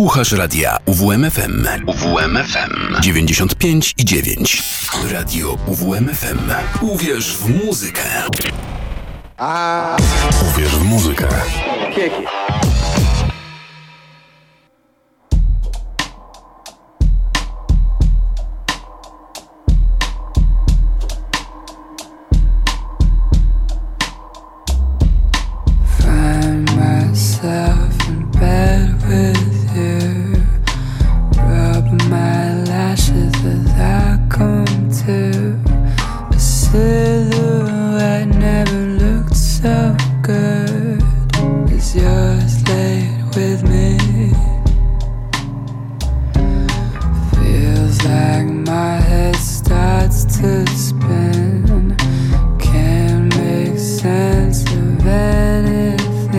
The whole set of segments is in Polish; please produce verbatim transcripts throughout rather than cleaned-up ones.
Słuchasz radia U W M F M. U W M F M dziewięćdziesiąt pięć i dziewięć. Radio U W M F M. Uwierz w muzykę. A... Uwierz w muzykę. Kieki. Myself in bed with you, rub my lashes as I come to. A silhouette never looked so good as yours laid with me. Feels like my head starts to spin, can't make sense of anything.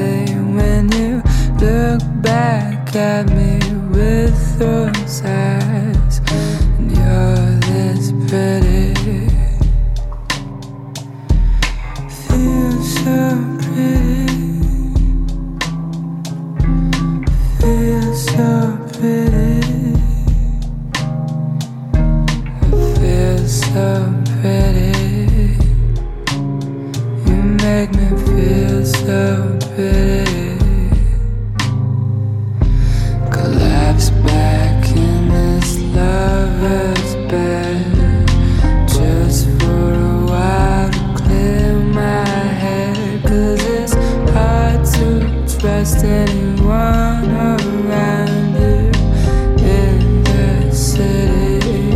Look back at me with those eyes, and you're this pretty. Feel so pretty. Feel so pretty. I feel so pretty. You make me feel so pretty. Collapse back in this lover's bed, just for a while to clear my head. Cause it's hard to trust anyone around you in the city.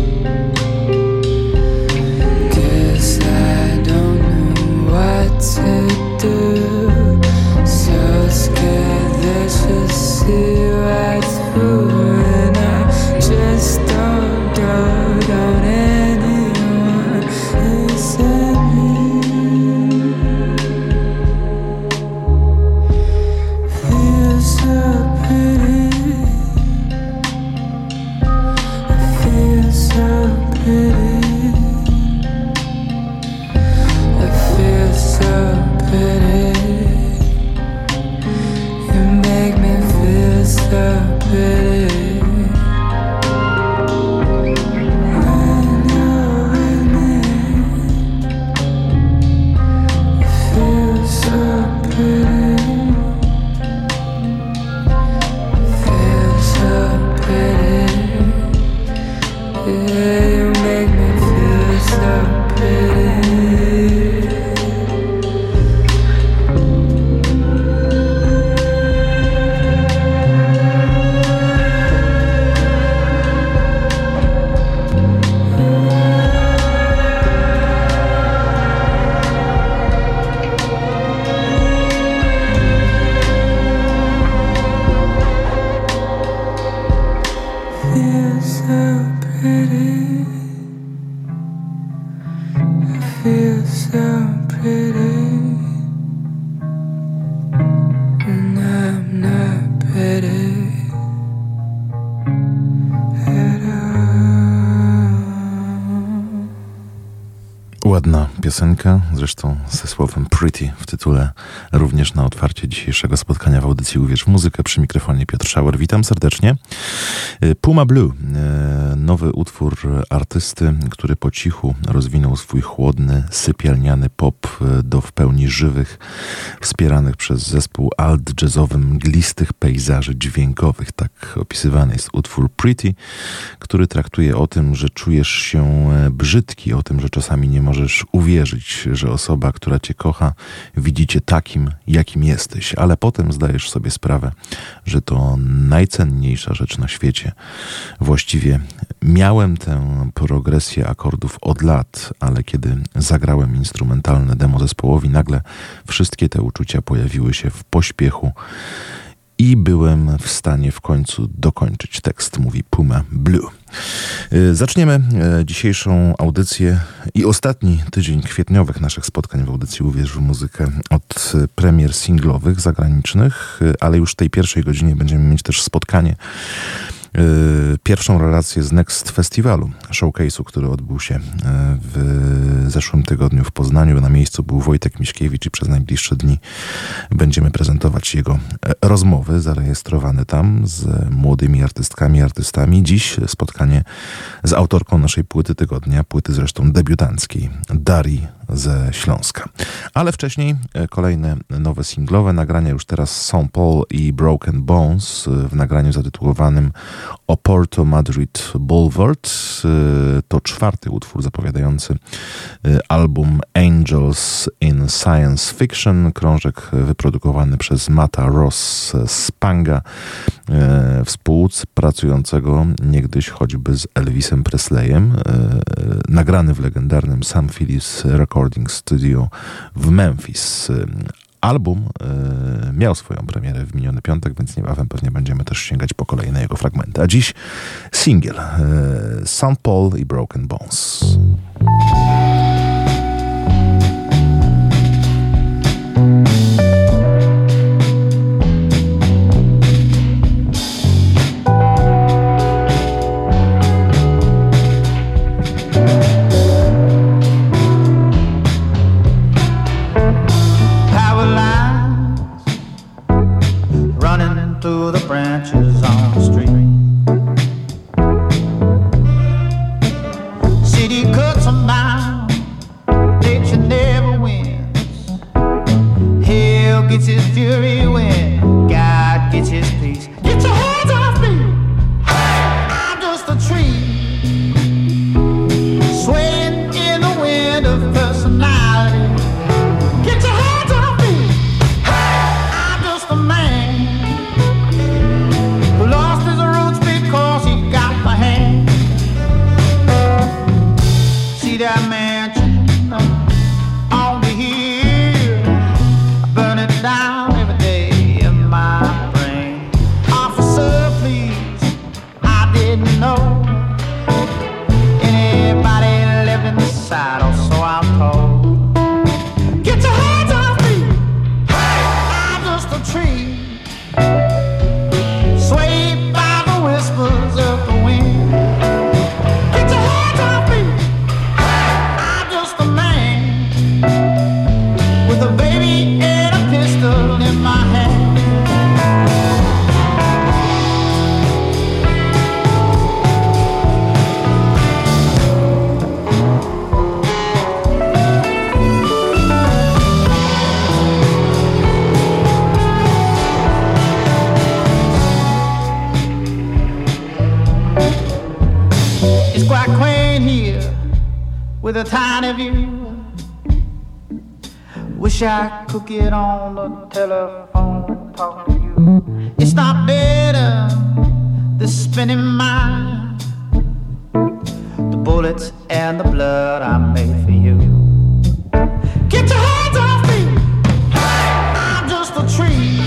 Guess I don't know what to do, so scared that you'll see right through, and I just don't go down anyone except me. Feel so pretty. I feel so pretty. I feel so pretty. You make me feel so pretty. When you're with me, you feel so pretty. You feel so pretty. Yeah, you make me feel so pretty. Feel so pretty. I feel so pretty. And I'm not pretty at all. Ładna piosenka, zresztą ze słowem pretty w tytule, również na otwarcie dzisiejszego spotkania w audycji Uwierz w muzykę. Przy mikrofonie Piotr Schauer. Witam serdecznie. Puma Blue, nowy utwór artysty, który po cichu rozwinął swój chłodny, sypialniany pop do w pełni żywych, wspieranych przez zespół alt-jazzowy mglistych pejzaży dźwiękowych. Tak opisywany jest utwór Pretty, który traktuje o tym, że czujesz się brzydki, o tym, że czasami nie możesz uwierzyć, że osoba, która cię kocha, widzi cię takim, jakim jesteś, ale potem zdajesz sobie sprawę, że to najcenniejsza rzecz na świecie. Właściwie miałem tę progresję akordów od lat, ale kiedy zagrałem instrumentalne demo zespołowi, nagle wszystkie te uczucia pojawiły się w pośpiechu i byłem w stanie w końcu dokończyć tekst, mówi Puma Blue. Zaczniemy dzisiejszą audycję i ostatni tydzień kwietniowych naszych spotkań w audycji Uwierz w muzykę od premier singlowych zagranicznych, ale już w tej pierwszej godzinie będziemy mieć też spotkanie, pierwszą relację z Next Festiwalu, showcase'u, który odbył się w w zeszłym tygodniu w Poznaniu. Na miejscu był Wojtek Miśkiewicz i przez najbliższe dni będziemy prezentować jego rozmowy zarejestrowane tam z młodymi artystkami, artystami. Dziś spotkanie z autorką naszej płyty tygodnia, płyty zresztą debiutanckiej, Darii ze Śląska. Ale wcześniej kolejne nowe singlowe nagrania, już teraz Saint Paul i Broken Bones w nagraniu zatytułowanym Oporto Madrid Boulevard. To czwarty utwór zapowiadający album Angels in Science Fiction, krążek wyprodukowany przez Matta Ross Spanga, współpracującego niegdyś choćby z Elvisem Presleyem, nagrany w legendarnym Sam Phillips Recording Studio w Memphis. Album y, miał swoją premierę w miniony piątek, więc niebawem pewnie będziemy też sięgać po kolejne jego fragmenty. A dziś singiel y, Saint Paul i Broken Bones. Through the branches on the street, city cuts them down, nature never wins. Hell gets his fury when God gets his peace. Get your hands off me, I'm just a tree, swaying in the wind of personality. Get your hands off me, I'm just a man. That mansion on the hill, I burn it down every day in my brain. Officer, please, I didn't know anybody lived inside, or so I'm told. Get your hands off me, I'm just a tree, swayed by the whispers of the wind. Get your hands off me, with a baby and a pistol in my hand. It's quite quaint here with a tiny view. Wish I could get on the telephone and talk to you. It's not better, the spinning mind, the bullets and the blood I made for you. Get your hands off me, I'm just a tree,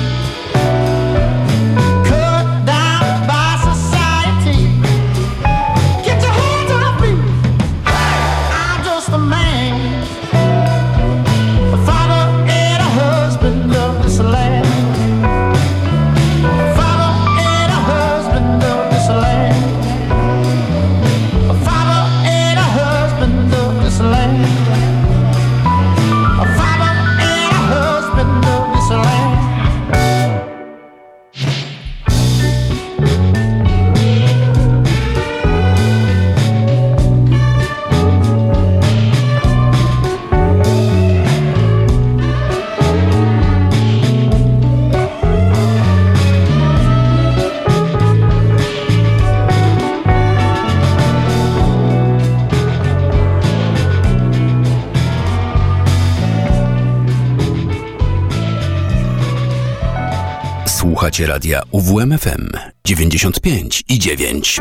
cut down by society. Get your hands off me, I'm just a man, of this land, father and a husband of this land, a father and a husband of this land, a father and a husband of this land. Słuchacie radia U W M F M dziewięćdziesiąt pięć i dziewięć.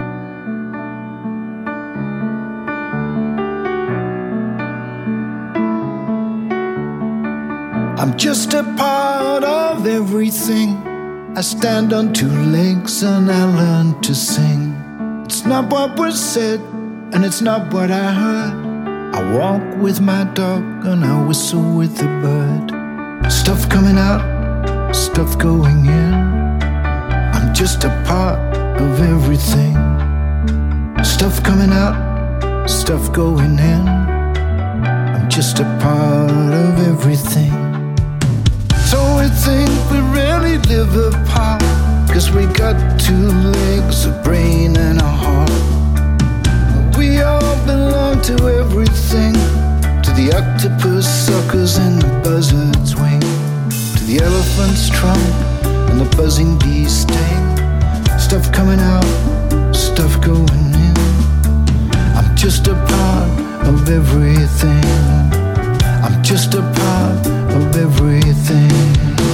I'm just a part of everything. I stand on two legs and I learn to sing. It's not what was said and it's not what I heard. I walk with my dog and I whistle with the bird. Stuff coming out, stuff going in. I'm just a part of everything. Stuff coming out, stuff going in. just a part of everything. So we think we really live apart, 'cause we got two legs, a brain and a heart. We all belong to everything, to the octopus suckers and the buzzard's wing, to the elephant's trunk and the buzzing bee's sting. Stuff coming out, stuff going in. I'm just a part of everything. I'm just a part of everything.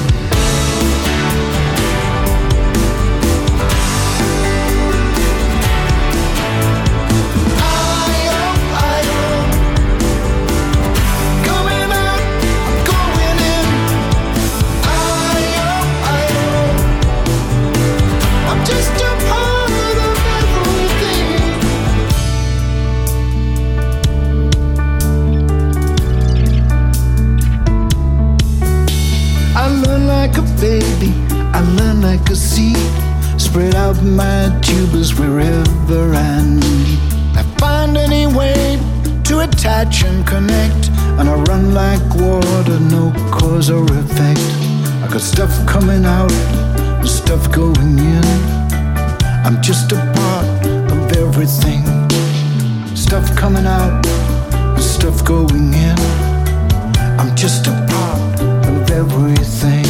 Baby, I learn like a seed, spread out my tubers wherever I need. I find any way to attach and connect, and I run like water, no cause or effect. I got stuff coming out and stuff going in. I'm just a part of everything. Stuff coming out and stuff going in. I'm just a part of everything.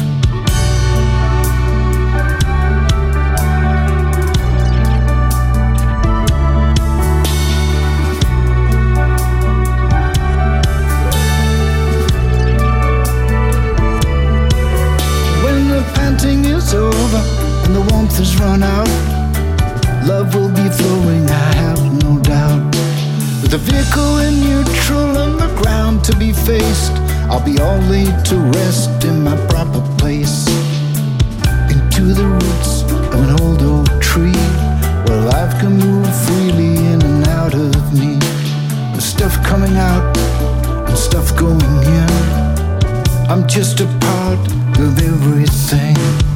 Is over and the warmth has run out, love will be flowing, I have no doubt. With the vehicle in neutral and the ground to be faced, I'll be all laid to rest in my proper place. Into the roots of an old oak tree, where life can move freely in and out of me. With stuff coming out and stuff going in, I'm just a part of everything.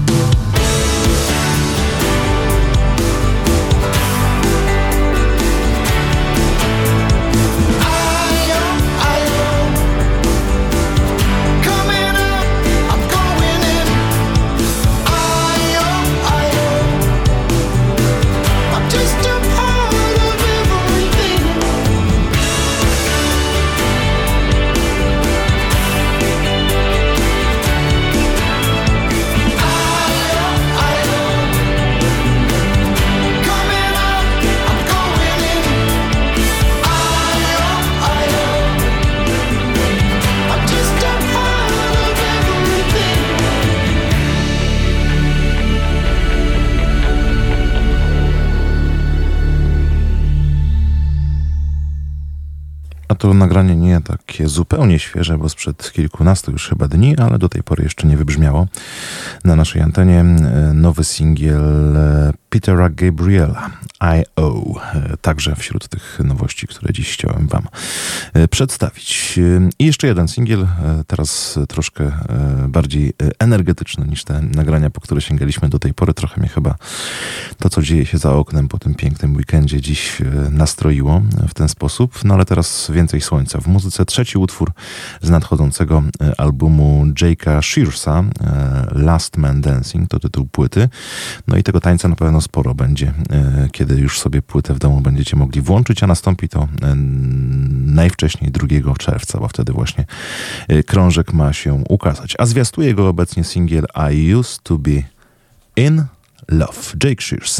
To nagranie nie takie zupełnie świeże, bo sprzed kilkunastu już chyba dni, ale do tej pory jeszcze nie wybrzmiało na naszej antenie. Nowy singiel Petera Gabriela, I O Także wśród tych nowości, które dziś chciałem wam przedstawić. I jeszcze jeden singiel, teraz troszkę bardziej energetyczny niż te nagrania, po które sięgaliśmy do tej pory. Trochę mnie chyba to, co dzieje się za oknem po tym pięknym weekendzie, dziś nastroiło w ten sposób. No ale teraz więcej słońca w muzyce. Trzeci utwór z nadchodzącego albumu Jake'a Shearsa, Last Man Dancing, to tytuł płyty. No i tego tańca na pewno sporo będzie, kiedy już sobie płytę w domu będziecie mogli włączyć, a nastąpi to najwcześniej drugiego czerwca, bo wtedy właśnie krążek ma się ukazać. A zwiastuje go obecnie singiel I Used to Be in Love. Jake Shears.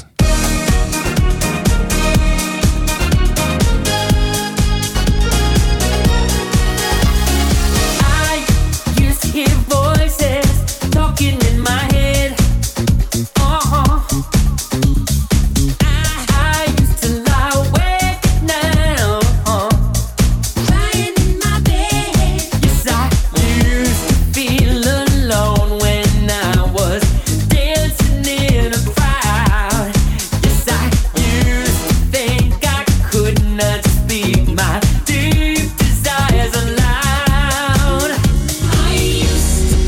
My deep desires aloud. I used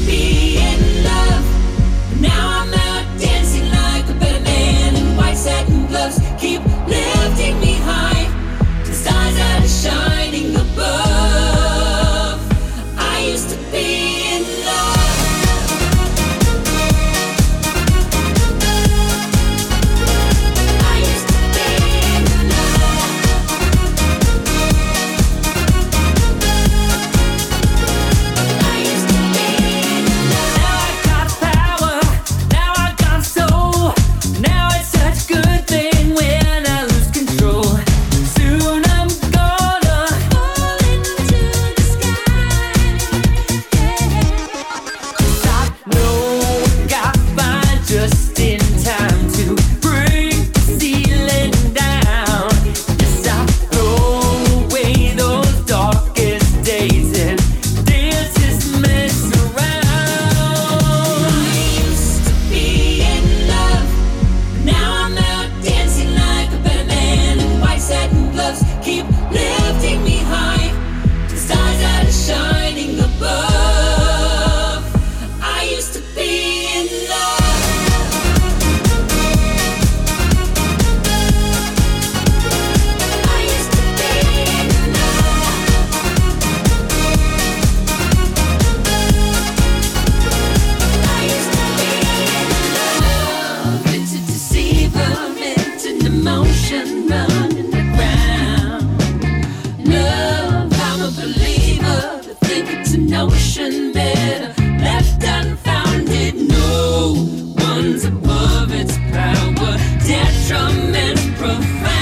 fermented emotion running the ground. Love, I'm a believer. To think it's an ocean better left unfounded. No one's above its power. Detriment profound.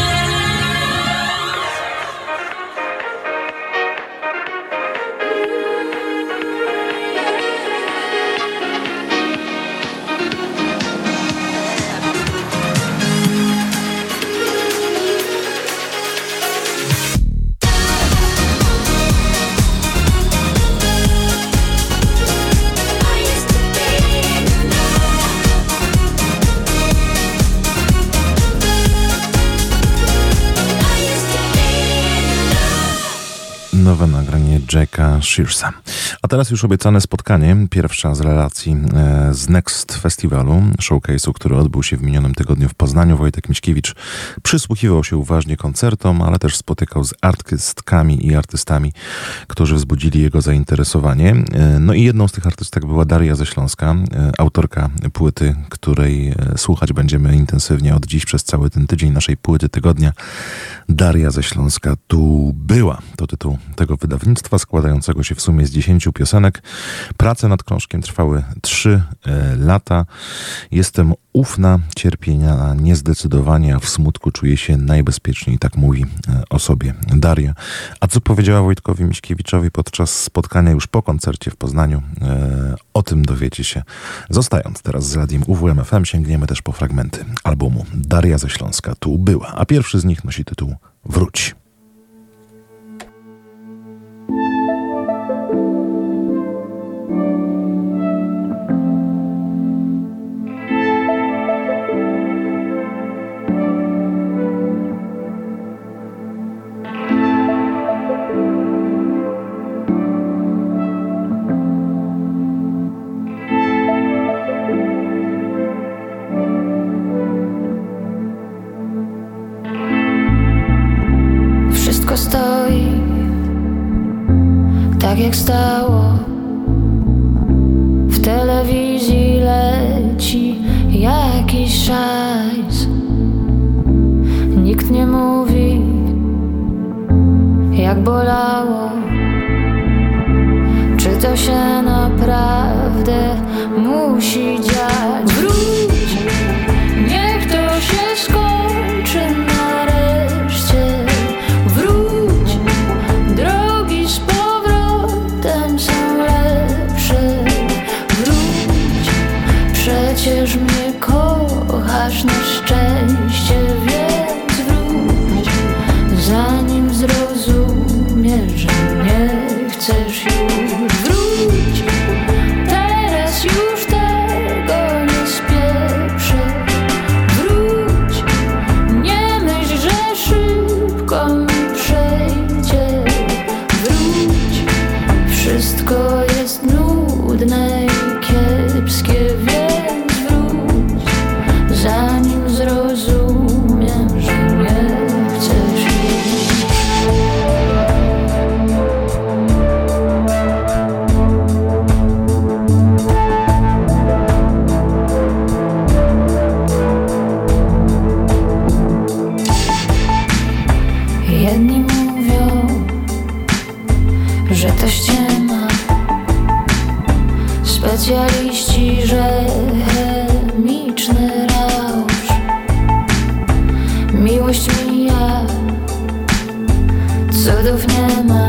Nowe nagranie Jacka Shearsa. A teraz już obiecane spotkanie, pierwsza z relacji e, z Next Festiwalu, showcase'u, który odbył się w minionym tygodniu w Poznaniu. Wojtek Miśkiewicz przysłuchiwał się uważnie koncertom, ale też spotykał z artystkami i artystami, którzy wzbudzili jego zainteresowanie. E, no i jedną z tych artystek była Daria ze Śląska, e, autorka płyty, której e, słuchać będziemy intensywnie od dziś przez cały ten tydzień naszej płyty tygodnia. Daria ze Śląska tu była. To tytuł tego wydawnictwa składającego się w sumie z dziesięciu piosenek. Prace nad krążkiem trwały trzy e, lata. Jestem ufna, cierpienia niezdecydowanie, a w smutku czuję się najbezpieczniej, tak mówi e, o sobie Daria. A co powiedziała Wojtkowi Miśkiewiczowi podczas spotkania już po koncercie w Poznaniu? E, o tym dowiecie się. Zostając teraz z radiem U W M F M, sięgniemy też po fragmenty albumu Daria ze Śląska tu była, a pierwszy z nich nosi tytuł Wróć. Stoi tak jak stało. W telewizji leci jakiś szajs. Nikt nie mówi, jak bolało. Czy to się naprawdę musi dziać? Wróć, niech to się skończy nareszcie. Drogi z powrotem są lepsze. Wróć, przecież mnie kochasz na szczęście, więc wróć, zanim zrozumiesz, że nie chcesz już. Wróć, teraz już tego nie spieprzę. Wróć, nie myśl, że szybko mi przejdzie. Wszystko jest nudne i kiepskie, więc wróć, zanim zrozumiem, że nie chcesz już. Jedni mówią, że to ściema. Specjaliści, że chemiczny rausz. Miłość mija, cudów nie ma.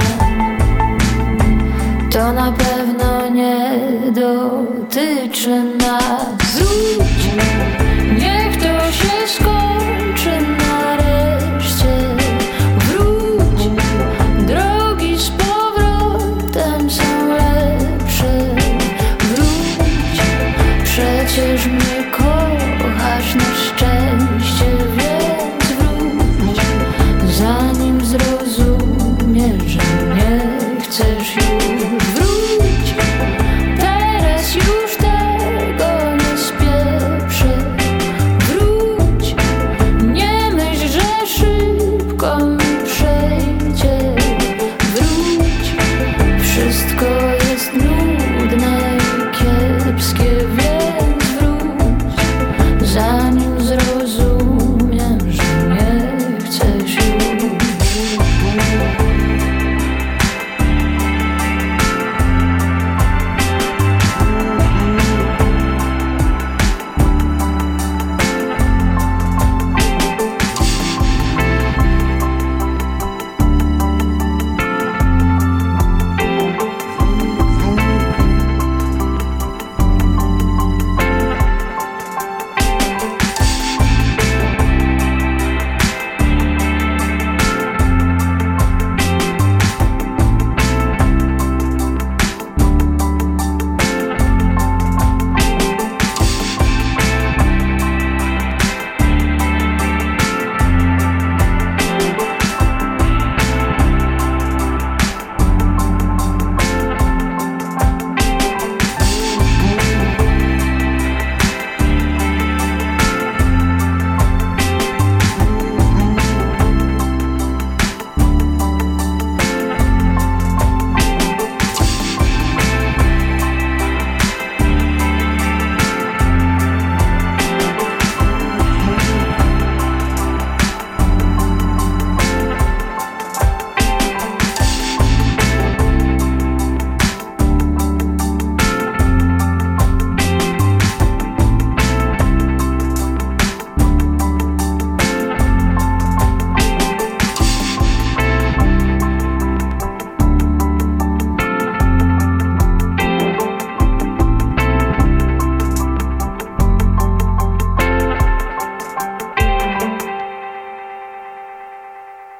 To na pewno nie dotyczy nas. Wróć, niech to się skończy nareszcie. Wróć, drogi z powrotem są lepsze. Wróć, przecież mnie kochasz na szczęście, więc wróć, zanim zrozumiesz, że nie chcesz już. Wróć, teraz już tego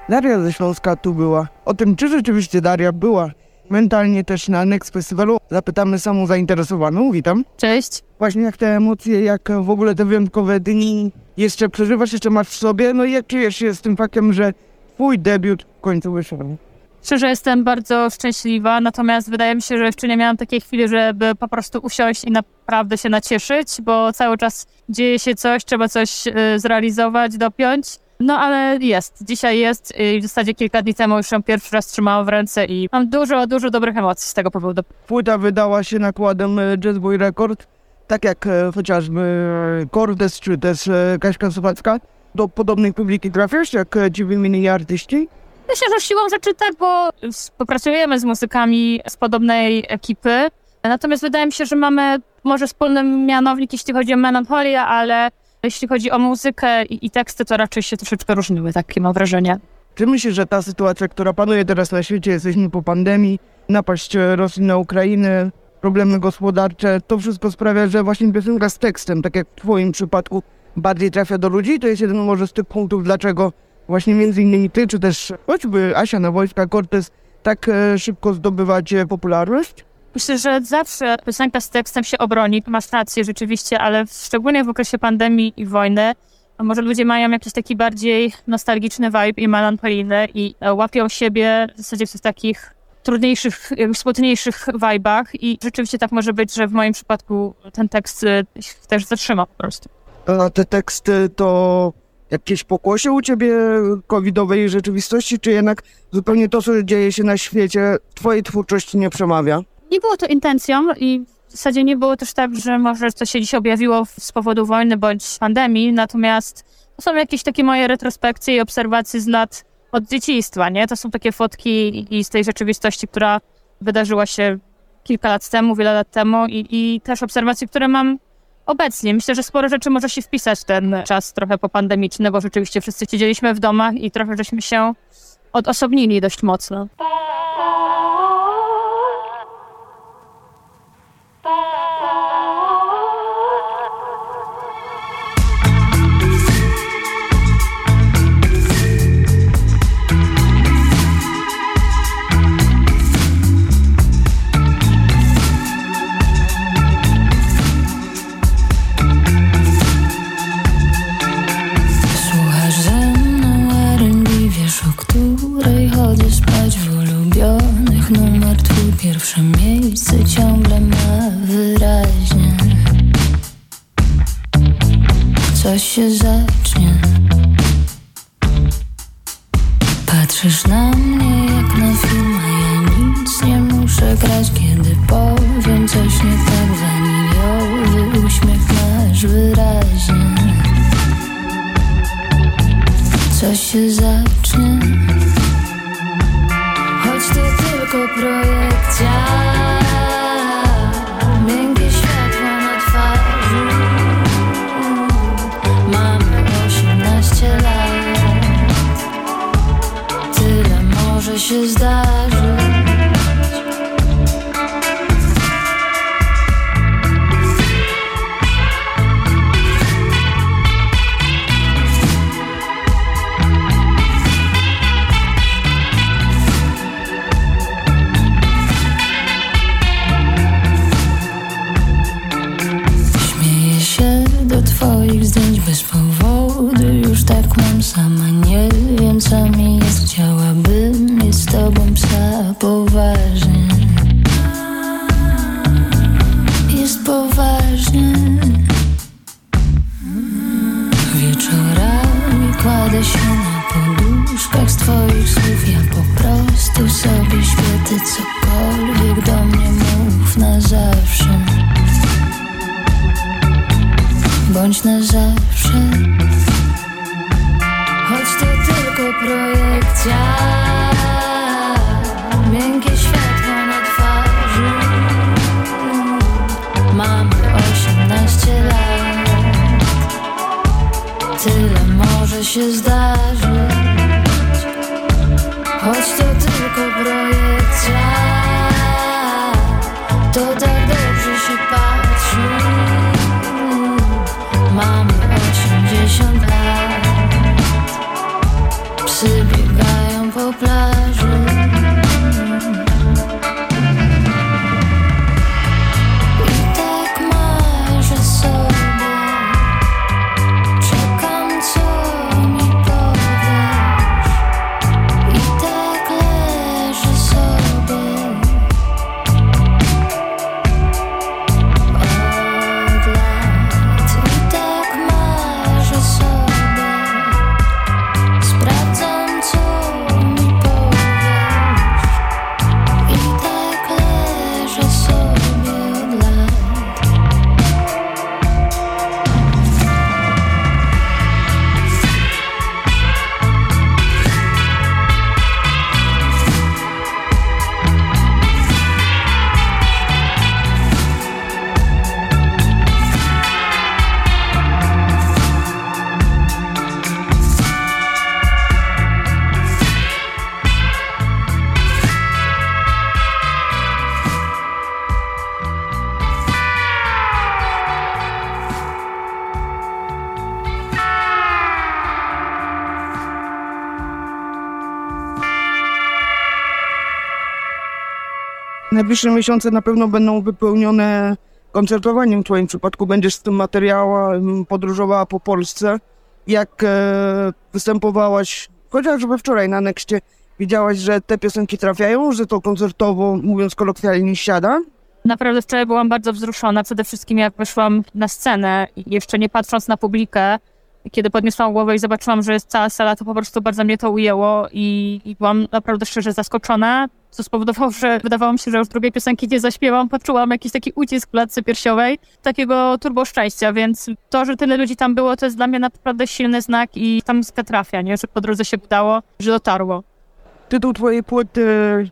Daria ze Śląska tu była. O tym, czy rzeczywiście Daria była mentalnie też na Next Festiwalu, zapytamy samą zainteresowaną. Witam. Cześć. Właśnie jak te emocje, jak w ogóle te wyjątkowe dni jeszcze przeżywasz, jeszcze masz w sobie, no i jak czujesz się z tym faktem, że twój debiut w końcu wyszedł? Szczerze jestem bardzo szczęśliwa, natomiast wydaje mi się, że jeszcze nie miałam takiej chwili, żeby po prostu usiąść i naprawdę się nacieszyć, bo cały czas dzieje się coś, trzeba coś y, zrealizować, dopiąć. No ale jest, dzisiaj jest i w zasadzie kilka dni temu już ją pierwszy raz trzymałam w ręce i mam dużo, dużo dobrych emocji z tego powodu. Płyta wydała się nakładem Jazzboy Record, tak jak e, chociażby Cordes czy też e, Kaśka Sowacka. Do podobnej publiki trafiasz, jak e, ci wymienieni artyści? Myślę, że siłą rzeczy tak, bo współpracujemy z muzykami z podobnej ekipy. Natomiast wydaje mi się, że mamy może wspólny mianownik, jeśli chodzi o melancholię, ale jeśli chodzi o muzykę i, i teksty, to raczej się troszeczkę różniły, takie mam wrażenie. Czy myślisz, że ta sytuacja, która panuje teraz na świecie, jesteśmy po pandemii, napaść Rosji na Ukrainę, problemy gospodarcze, to wszystko sprawia, że właśnie piosenka z tekstem, tak jak w twoim przypadku, bardziej trafia do ludzi? To jest jeden może z tych punktów, dlaczego właśnie między innymi ty, czy też choćby Asia na Wojska, Cortez, tak e, szybko zdobywacie popularność? Myślę, że zawsze piosenka z tekstem się obroni, masz rację rzeczywiście, ale szczególnie w okresie pandemii i wojny, a może ludzie mają jakiś taki bardziej nostalgiczny vibe i melancholijny i łapią siebie w zasadzie w takich trudniejszych, smutniejszych vibe'ach i rzeczywiście tak może być, że w moim przypadku ten tekst też zatrzyma po prostu. A te teksty to jakieś pokłosie u ciebie covidowej rzeczywistości, czy jednak zupełnie to, co dzieje się na świecie, twojej twórczości nie przemawia? Nie było to intencją i w zasadzie nie było też tak, że może to się dziś objawiło z powodu wojny bądź pandemii, natomiast to są jakieś takie moje retrospekcje i obserwacje z lat od dzieciństwa, nie? To są takie fotki i z tej rzeczywistości, która wydarzyła się kilka lat temu, wiele lat temu i, i też obserwacje, które mam obecnie. Myślę, że sporo rzeczy może się wpisać w ten czas trochę popandemiczny, bo rzeczywiście wszyscy siedzieliśmy w domach i trochę żeśmy się odosobnili dość mocno. O której chodzę spać w ulubionych numer twój pierwsze miejsce ciągle ma wyraźnie. Coś się zacznie. Patrzysz na mnie jak na film, a ja nic nie muszę grać. Kiedy powiem coś nie tak, waniliowy uśmiech masz wyraźnie. Coś się zacznie, choć to tylko projekcja. Miękkie światło na twarzy. Mamy osiemnaście lat. Tyle może się zdarzyć. Twoich zdjęć bez powodu, już tak mam sama. Nie wiem co mi jest, chciałabym mieć z tobą psa poważnie. Jest poważnie. Wieczorami kładę się na poduszkach z twoich słów. Ja po prostu sobie śpię, ty cokolwiek do mnie mów na zawsze. Bądź na zawsze. Choć to tylko projekcja. Miękkie światło na twarzy. Mamy osiemnaście lat. Tyle może się zdarzyć. Choć to tylko projekcja. To tak dobrze się patrzy. Mamy osiemdziesiąt lat. Psy biegają. najbliższe miesiące na pewno będą wypełnione koncertowaniem. W twoim przypadku będziesz z tym materiałem podróżowała po Polsce. Jak e, występowałaś, chociażby wczoraj na Nexcie, widziałaś, że te piosenki trafiają, że to koncertowo, mówiąc kolokwialnie, siada? Naprawdę wczoraj byłam bardzo wzruszona. Przede wszystkim jak wyszłam na scenę i jeszcze nie patrząc na publikę, kiedy podniosłam głowę i zobaczyłam, że jest cała sala, to po prostu bardzo mnie to ujęło i, i byłam naprawdę szczerze zaskoczona, co spowodowało, że wydawało mi się, że już drugiej piosenki nie zaśpiewam. Poczułam jakiś taki ucisk w klatce piersiowej, takiego turbo szczęścia, więc to, że tyle ludzi tam było, to jest dla mnie naprawdę silny znak i tam muzyka trafia, nie? Że po drodze się udało, że dotarło. Tytuł twojej płyty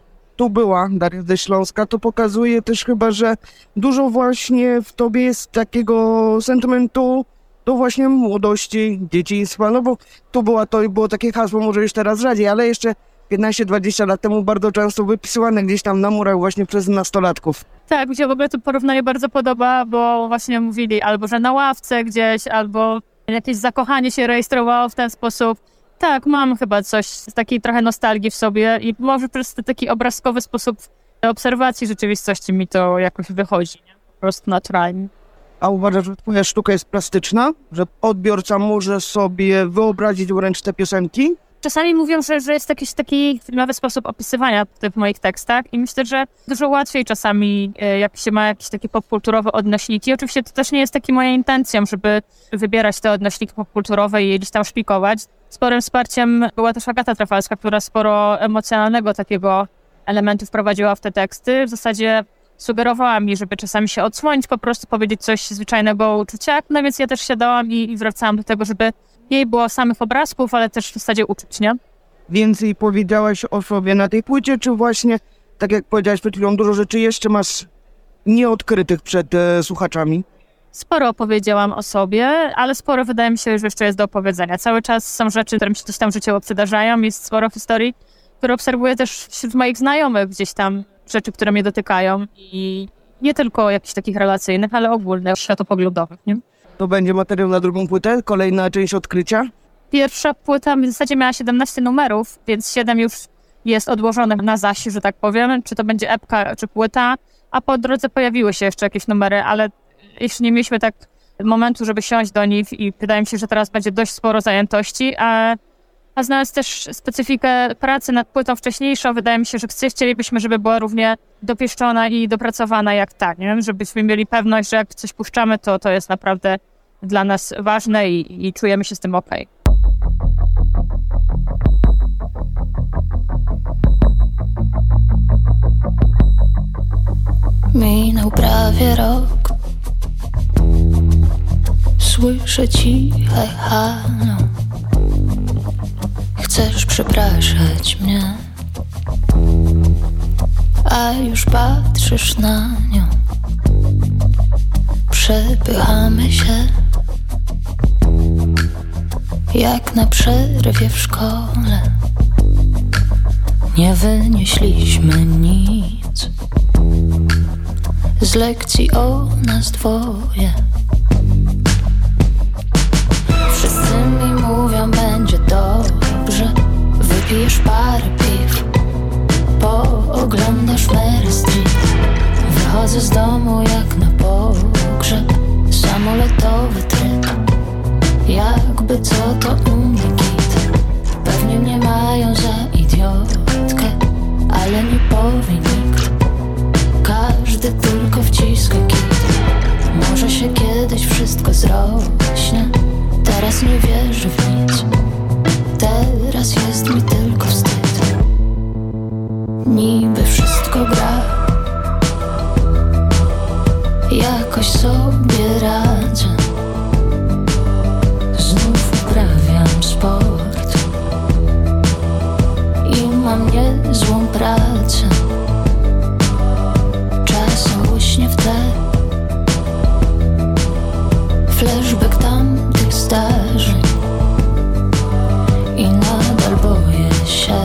Tu była, Daria ze Śląska, to pokazuje też chyba, że dużo właśnie w tobie jest takiego sentymentu do właśnie młodości, dzieciństwa, no bo tu była to i było takie hasło, może już teraz rzadziej, ale jeszcze piętnaście dwadzieścia lat temu bardzo często wypisywane gdzieś tam na murach właśnie przez nastolatków. Tak, mi się w ogóle to porównanie bardzo podoba, bo właśnie mówili albo, że na ławce gdzieś, albo jakieś zakochanie się rejestrowało w ten sposób. Tak, mam chyba coś z takiej trochę nostalgii w sobie i może przez taki obrazkowy sposób obserwacji rzeczywistości mi to jakoś wychodzi, nie? Po prostu naturalnie. A uważasz, że twoja sztuka jest plastyczna? Że odbiorca może sobie wyobrazić wręcz te piosenki? Czasami mówią, że, że jest jakiś taki filmowy sposób opisywania w moich tekstach i myślę, że dużo łatwiej czasami, jak się ma jakieś takie popkulturowe odnośniki. Oczywiście to też nie jest taki moją intencją, żeby wybierać te odnośniki popkulturowe i je gdzieś tam szpikować. Sporym wsparciem była też Agata Trafalska, która sporo emocjonalnego takiego elementu wprowadziła w te teksty. W zasadzie sugerowała mi, żeby czasami się odsłonić, po prostu powiedzieć coś zwyczajnego o uczuciach. No więc ja też siadałam i, i wracałam do tego, żeby jej było samych obrazków, ale też w zasadzie uczuć, nie? Więcej powiedziałaś o sobie na tej płycie, czy właśnie, tak jak powiedziałaś przed chwilą, dużo rzeczy jeszcze masz nieodkrytych przed e, słuchaczami? Sporo opowiedziałam o sobie, ale sporo wydaje mi się, że jeszcze jest do opowiedzenia. Cały czas są rzeczy, które mi się coś tam życiowo przydarzają, jest sporo historii, które obserwuję też wśród moich znajomych gdzieś tam, rzeczy, które mnie dotykają i nie tylko jakichś takich relacyjnych, ale ogólnych, światopoglądowych, nie? To będzie materiał na drugą płytę? Kolejna część odkrycia? Pierwsza płyta w zasadzie miała siedemnaście numerów, więc siedem już jest odłożonych na zaś, że tak powiem. Czy to będzie epka, czy płyta, a po drodze pojawiły się jeszcze jakieś numery, ale jeszcze nie mieliśmy tak momentu, żeby siąść do nich i wydaje mi się, że teraz będzie dość sporo zajętości, a, a znając też specyfikę pracy nad płytą wcześniejszą, wydaje mi się, że chcielibyśmy, żeby była równie dopieszczona i dopracowana jak ta, nie? Żebyśmy mieli pewność, że jak coś puszczamy, to to jest naprawdę dla nas ważne i, i czujemy się z tym okej. Minął prawie rok. Słyszę ciche halo. Chcesz przepraszać mnie, a już patrzysz na nią. Przepychamy się jak na przerwie w szkole. Nie wynieśliśmy nic z lekcji o nas dwoje. Wszyscy mi mówią, będzie dobrze. Wypijesz parę piw, pooglądasz Mary Street. Wychodzę z domu jak na pogrzeb, samolotowy tryb. Jakby co to u mnie git. Pewnie mnie mają za idiotkę, ale nie powie nikt. Każdy tylko wciska kit. Może się kiedyś wszystko zrośnie. Teraz nie wierzę w nic. Teraz jest mi tylko wstyd. Niby wszystko gra, jakoś sobie radzę. Znów uprawiam sport i mam niezłą pracę. Czasem łyśnie w tle flashback tamtych zdarzeń i nadal boję się,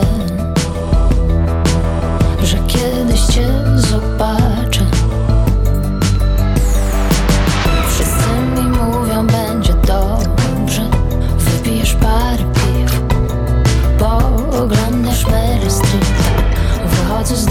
że kiedyś cię zobaczę. Wszyscy mi mówią, będzie dobrze. Wypijesz parę piw, pooglądasz Mary Street. Wychodzę z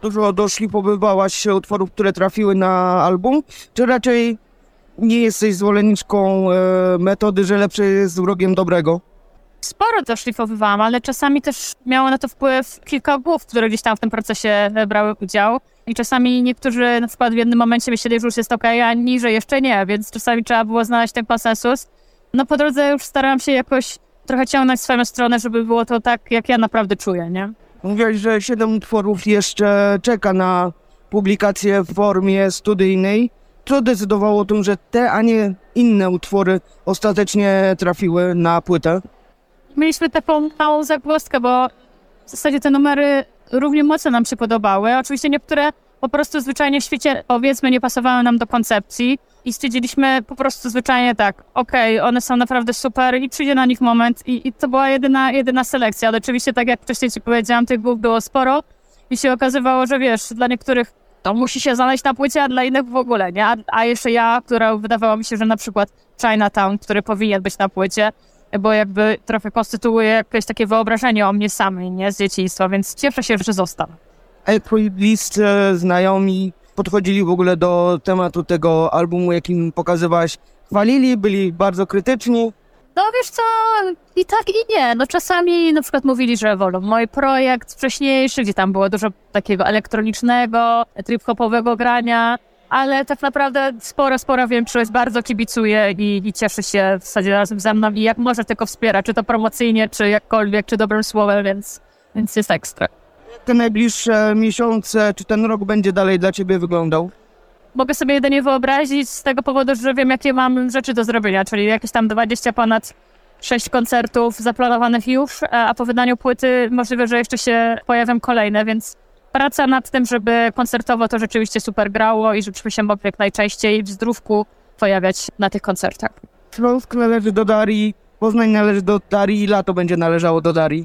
dużo doszlifowywałaś utworów, które trafiły na album, czy raczej nie jesteś zwolenniczką e, metody, że lepsze jest wrogiem dobrego? Sporo doszlifowywałam, ale czasami też miało na to wpływ kilka głów, które gdzieś tam w tym procesie brały udział. I czasami niektórzy na przykład w jednym momencie myśleli, że już jest okej, a inni, że jeszcze nie, więc czasami trzeba było znaleźć ten konsensus. No po drodze już starałam się jakoś trochę ciągnąć swoją stronę, żeby było to tak, jak ja naprawdę czuję, nie? Mówiłaś, że siedem utworów jeszcze czeka na publikację w formie studyjnej. Co decydowało o tym, że te, a nie inne utwory ostatecznie trafiły na płytę? Mieliśmy taką małą zagwozdkę, bo w zasadzie te numery równie mocno nam się podobały. Oczywiście niektóre po prostu zwyczajnie w świecie, powiedzmy, nie pasowały nam do koncepcji i stwierdziliśmy po prostu zwyczajnie tak, okej, okay, one są naprawdę super i przyjdzie na nich moment i, i to była jedyna, jedyna selekcja, ale oczywiście tak jak wcześniej ci powiedziałam, tych głów było sporo i się okazywało, że wiesz, dla niektórych to musi się znaleźć na płycie, a dla innych w ogóle, nie? A, a jeszcze ja, która wydawało mi się, że na przykład Chinatown, który powinien być na płycie, bo jakby trochę konstytuuje jakieś takie wyobrażenie o mnie samej, nie? Z dzieciństwa, więc cieszę się, że został. A twoi bliscy znajomi podchodzili w ogóle do tematu tego albumu, jakim pokazywałaś? Chwalili, byli bardzo krytyczni? No wiesz co, i tak i nie. No czasami na przykład mówili, że wolą mój projekt wcześniejszy, gdzie tam było dużo takiego elektronicznego, trip-hopowego grania, ale tak naprawdę spora, spora większość bardzo kibicuje i, i cieszy się w zasadzie razem ze mną i jak może tylko wspiera, czy to promocyjnie, czy jakkolwiek, czy dobrym słowem, więc, więc jest ekstra. Te najbliższe miesiące, czy ten rok będzie dalej dla ciebie wyglądał? Mogę sobie jedynie wyobrazić z tego powodu, że wiem, jakie mam rzeczy do zrobienia, czyli jakieś tam dwadzieścia ponad sześć koncertów zaplanowanych już, a po wydaniu płyty możliwe, że jeszcze się pojawią kolejne, więc praca nad tym, żeby koncertowo to rzeczywiście super grało i żebyśmy się mogli jak najczęściej w zdrówku pojawiać na tych koncertach. Śląsk należy do Darii, Poznań należy do Darii i lato będzie należało do Darii.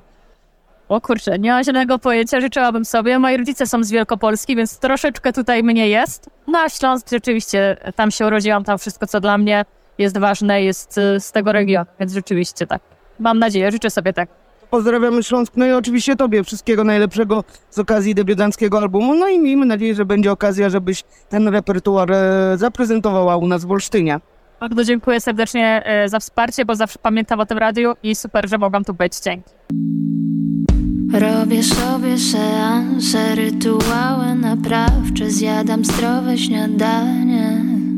O kurczę, nie mam żadnego pojęcia, życzyłabym sobie. Moi rodzice są z Wielkopolski, więc troszeczkę tutaj mnie jest. No a Śląsk rzeczywiście, tam się urodziłam, tam wszystko, co dla mnie jest ważne, jest z tego regionu, więc rzeczywiście tak. Mam nadzieję, życzę sobie tak. Pozdrawiamy Śląsk, no i oczywiście tobie wszystkiego najlepszego z okazji debiutanckiego albumu, no i miejmy nadzieję, że będzie okazja, żebyś ten repertuar zaprezentowała u nas w Olsztynie. Bardzo dziękuję serdecznie za wsparcie, bo zawsze pamiętam o tym radiu i super, że mogłam tu być. Dzięki. Robię sobie seanse, rytuały naprawcze, zjadam zdrowe śniadanie.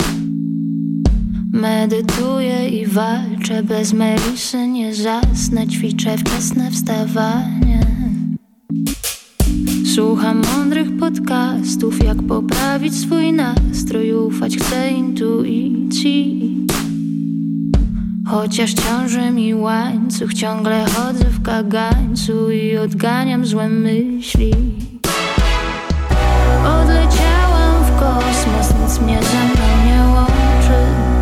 Medytuję i walczę, bez melisy nie zasnę, ćwiczę wczesne wstawanie. Słucham mądrych podcastów, jak poprawić swój nastrój, ufać chcę intuicji. Chociaż ciąży mi łańcuch, ciągle chodzę w kagańcu i odganiam złe myśli. Odleciałam w kosmos, nic mnie ze mną nie łączy.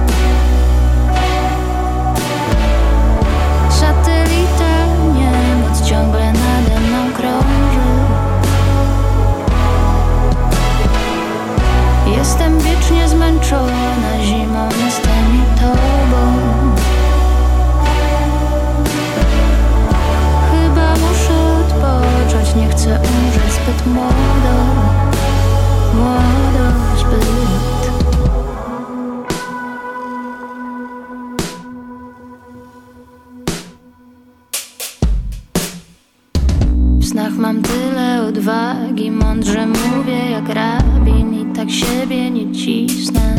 Satelita niemoc ciągle nade mną krąży. Jestem wiecznie zmęczona zimą, jestem i tobą. Chyba muszę odpocząć, nie chcę umrzeć zbyt młodo, młodo zbyt. W snach mam tyle odwagi, mądrze mówię jak rabin i tak siebie nie cisnę.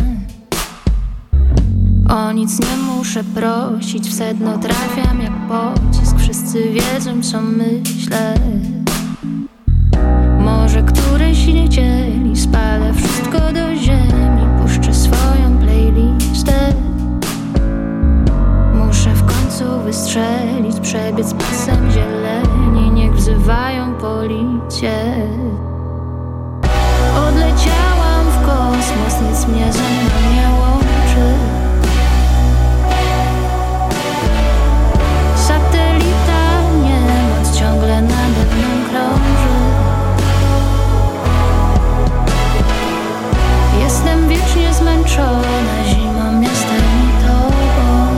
O nic nie muszę prosić, w sedno trafiam jak pocisk. Wszyscy wiedzą, co myślę. Może któryś niedzieli spalę wszystko do ziemi, puszczę swoją playlistę. Muszę w końcu wystrzelić, przebiec pasem zieleni, niech wzywają policję. Odleciałam w kosmos, nic mnie ze mną nie łączy. Satelita niemoc ciągle nade mną krąży. Jestem wiecznie zmęczona zimą, jestem i tobą.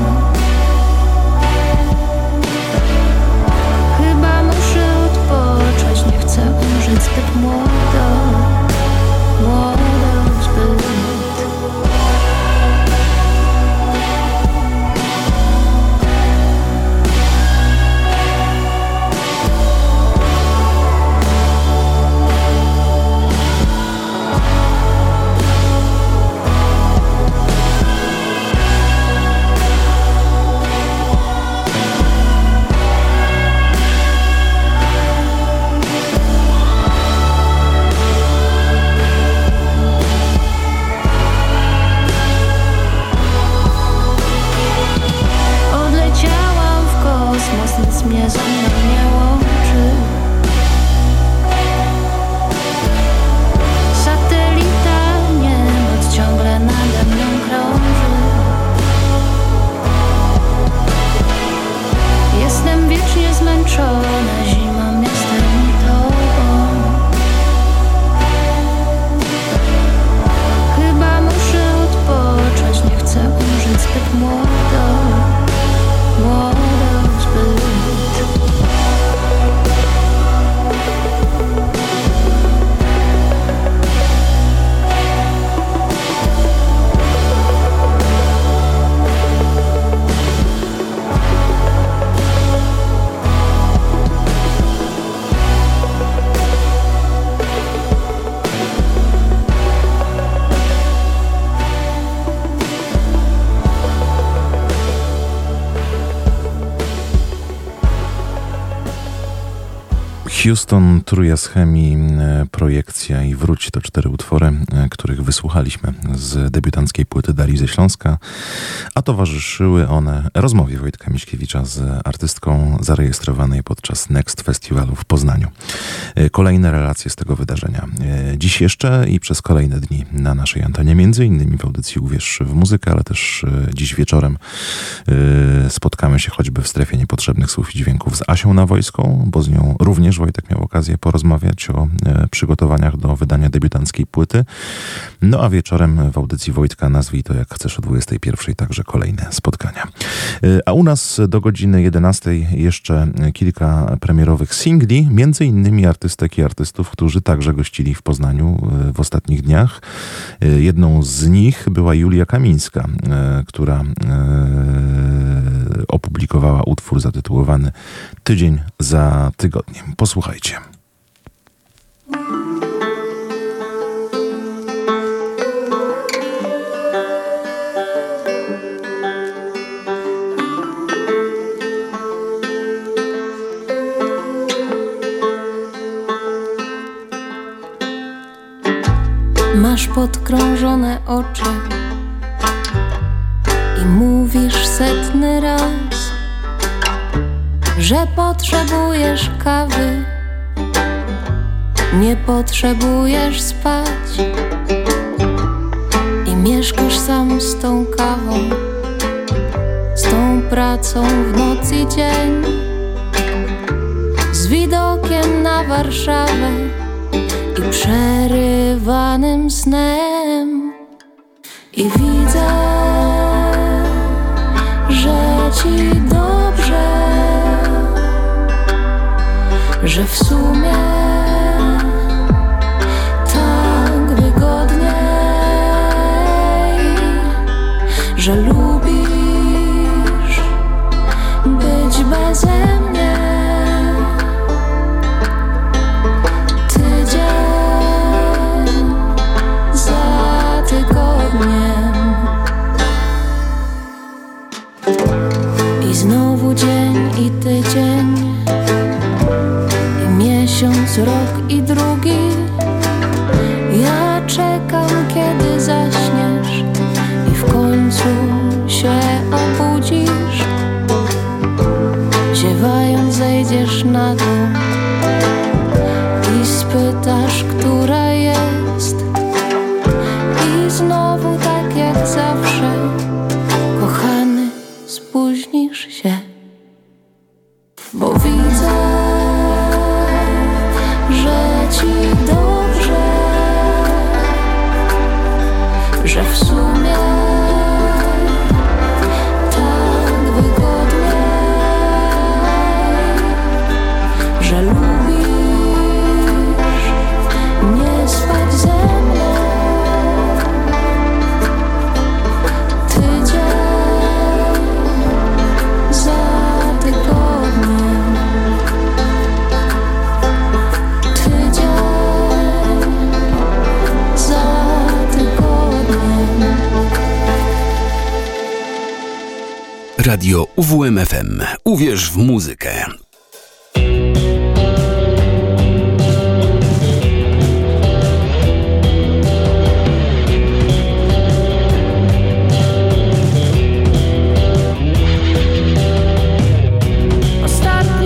Chyba muszę odpocząć, nie chcę umrzeć zbyt młodo. nic mnie ze mną nie łączy. Satelita niemoc ciągle nade mną krąży. Jestem wiecznie zmęczona zimą, jestem tobą. Chyba muszę odpocząć, nie chcę umrzeć zbyt młodo, młodo zbyt. Houston, Trójka z chemii, Projekcja i Wróć to cztery utwory, których wysłuchaliśmy z debiutanckiej płyty Darii ze Śląska, a towarzyszyły one rozmowie Wojtka Miśkiewicza z artystką zarejestrowanej podczas Next Festiwalu w Poznaniu. Kolejne relacje z tego wydarzenia dziś jeszcze i przez kolejne dni na naszej antenie, między innymi w audycji Uwierz w muzykę, ale też dziś wieczorem spotkamy się choćby w strefie niepotrzebnych słów i dźwięków z Asią Nawojską, bo z nią również Wojtek miał okazję porozmawiać o e, przygotowaniach do wydania debiutanckiej płyty. No a wieczorem w audycji Wojtka Nazwij to jak chcesz o dwudziestej pierwszej także kolejne spotkania. E, a u nas do godziny jedenastej jeszcze kilka premierowych singli, między innymi artystek i artystów, którzy także gościli w Poznaniu e, w ostatnich dniach. E, jedną z nich była Julia Kamińska, e, która e, opublikowała utwór zatytułowany Tydzień za tygodniem. Posłuchajcie. Masz podkrążone oczy i mówisz setny raz, że potrzebujesz kawy, nie potrzebujesz spać i mieszkasz sam z tą kawą, z tą pracą w noc i dzień, z widokiem na Warszawę i przerywanym snem. I widzę, że ci dobrze, że w sumie tak wygodniej, że lubisz być beze mnie. Tydzień za tygodniem i znowu dzień i tydzień, miesiąc, rok i drugi. Ja czekam, kiedy zaśniesz i w końcu się obudzisz. Ziewając zejdziesz na dół i spytasz, która jest. I znowu tak jak zawsze, kochany, spóźnisz się, bo widzę, że ci dobrze, że w sumie tak wygodniej, że lubisz nie spać ze mną. Tydzień za tygodniem, tydzień za tygodniem. Radio U W M F M. Uwierz w muzykę. Ostatni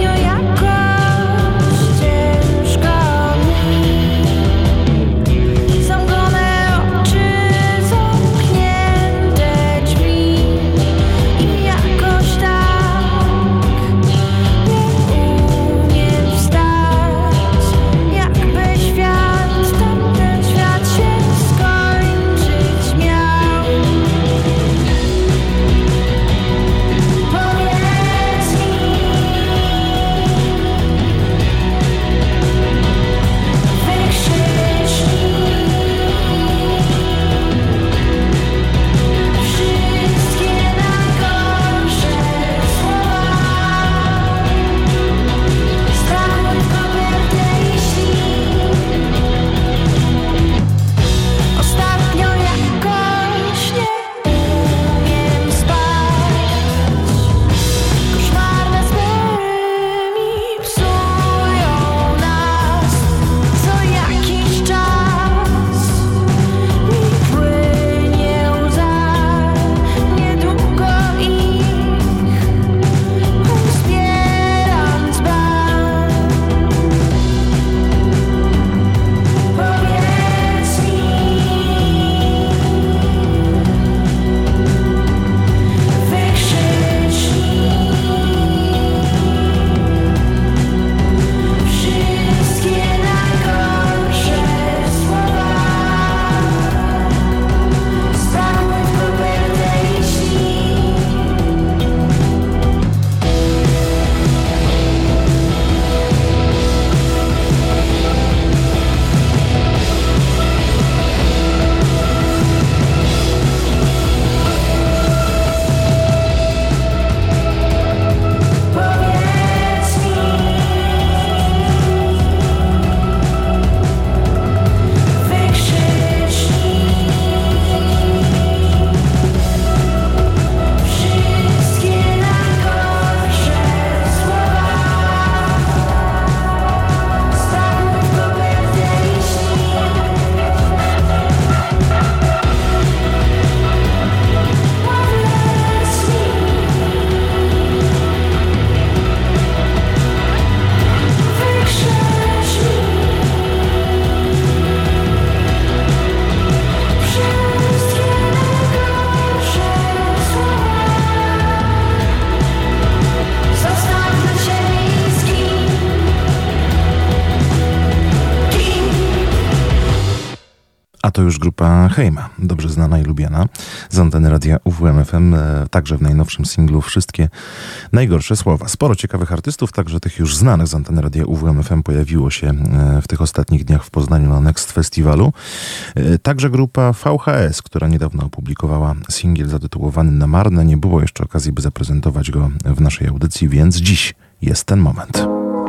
A to już grupa Hejma, dobrze znana i lubiana z anteny radia U W M F M, także w najnowszym singlu Wszystkie najgorsze słowa. Sporo ciekawych artystów, także tych już znanych z anteny radia U W M F M pojawiło się w tych ostatnich dniach w Poznaniu na Next Festiwalu. Także grupa V H S, która niedawno opublikowała singiel zatytułowany Na marne. Nie było jeszcze okazji, by zaprezentować go w naszej audycji, więc dziś jest ten moment.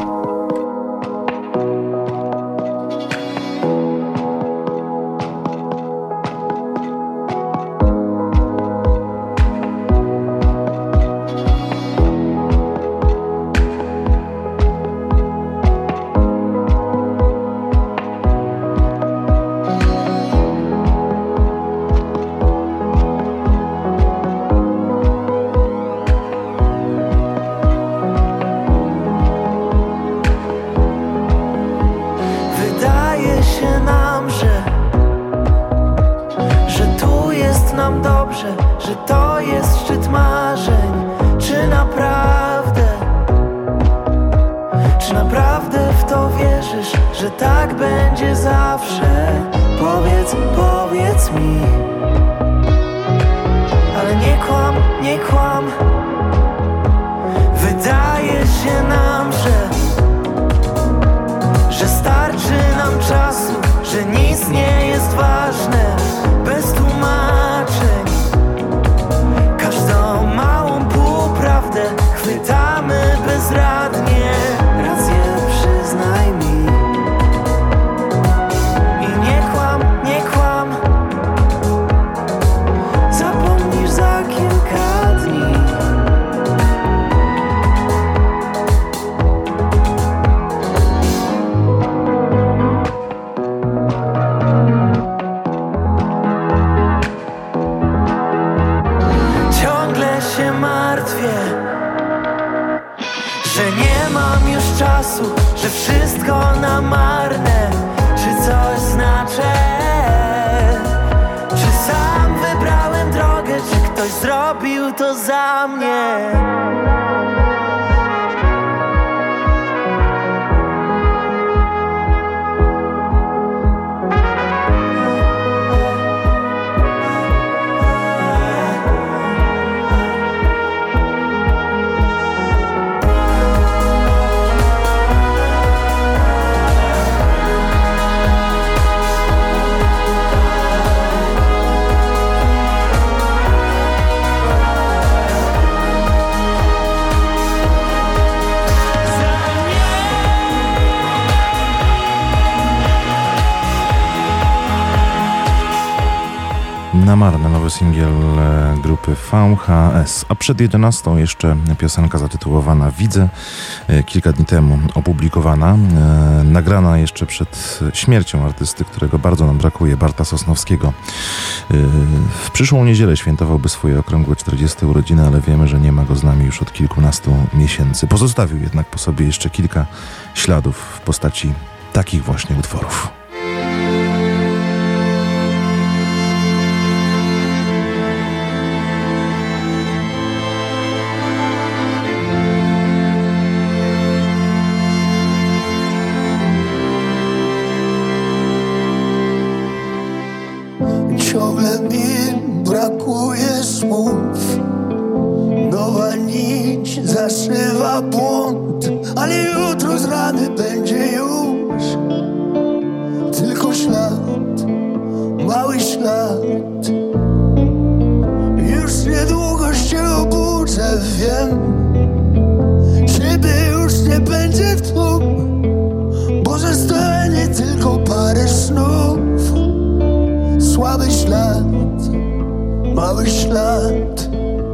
Na marne, nowy singiel grupy V H S. A przed jedenastą jeszcze piosenka zatytułowana Widzę, kilka dni temu opublikowana, nagrana jeszcze przed śmiercią artysty, którego bardzo nam brakuje, Barta Sosnowskiego. W przyszłą niedzielę świętowałby swoje okrągłe czterdzieste urodziny, ale wiemy, że nie ma go z nami już od kilkunastu miesięcy. Pozostawił jednak po sobie jeszcze kilka śladów w postaci takich właśnie utworów. Ciągle mi brakuje słów. Nowa nić zaszywa błąd, ale jutro z rany będzie już tylko ślad, mały ślad. Już niedługo się obudzę, wiem, ciebie już nie będzie tu, bo zostanie tylko parę snów. Słaby ślad, mały ślad.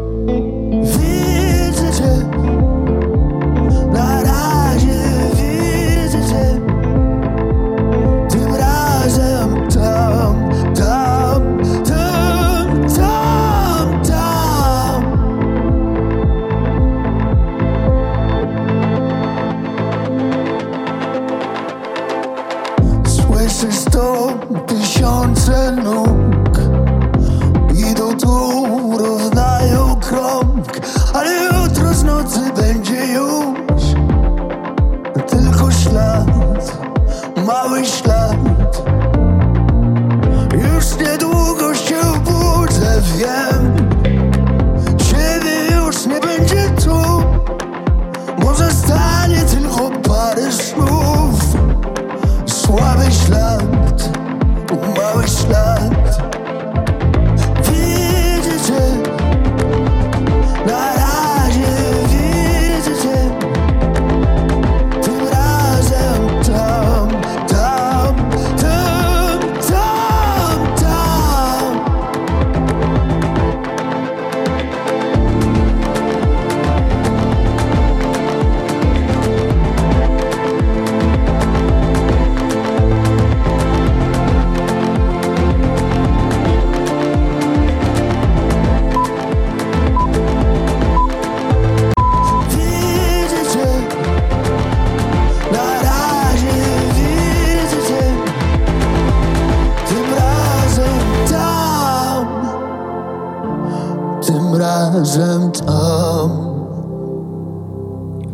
Widzę cię, na razie widzę cię. Tym razem tam, tam, tam, tam, tam. Słyszysz to? Tysiące nóg idą tu równo.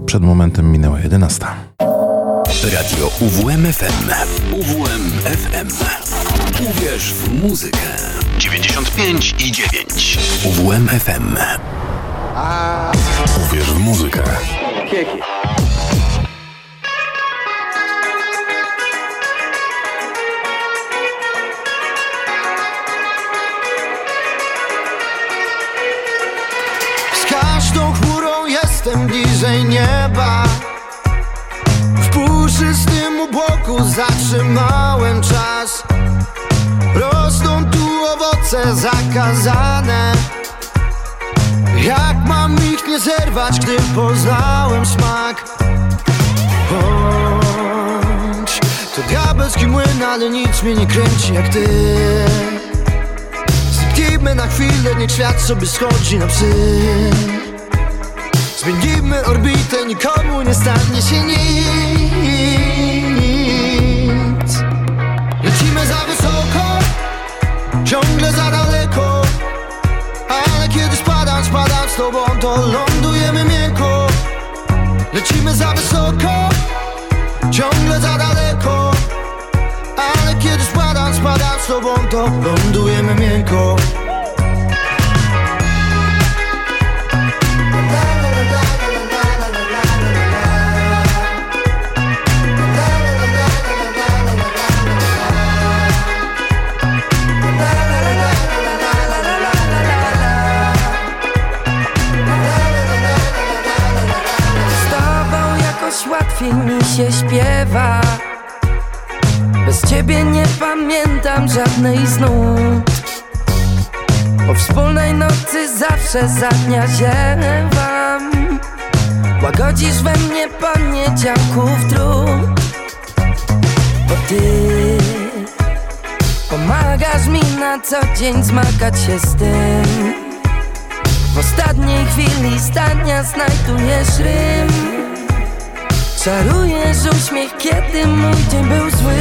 Przed momentem minęła jedenasta. Radio U W M F M. U W M F M. Uwierz w muzykę. dziewięćdziesiąt pięć i dziewięć. U W M F M. Uwierz w muzykę. Kieki. Z każdą chmurą jestem bliżej nieba. W puszystym obłoku zatrzymałem czas. Rosną tu owoce zakazane. Jak mam ich nie zerwać, gdy poznałem smak? Bądź to diabelski młyn, ale nic mnie nie kręci jak ty. Zniknijmy na chwilę, niech świat sobie schodzi na psy. Zmienimy orbitę, nikomu nie stanie się nic. Lecimy za wysoko, ciągle za daleko. Ale kiedy spadam, spadam z tobą, to lądujemy miękko. Lecimy za wysoko, ciągle za daleko. Ale kiedy spadam, spadam z tobą, to lądujemy miękko. Łatwiej mi się śpiewa. Bez ciebie nie pamiętam żadnej z nut. Po wspólnej nocy zawsze za dnia ziewam. Łagodzisz we mnie poniedziałków trud. Bo ty pomagasz mi na co dzień zmagać się z tym. W ostatniej chwili zdania znajdujesz rym. Czarujesz uśmiech, kiedy mój dzień był zły.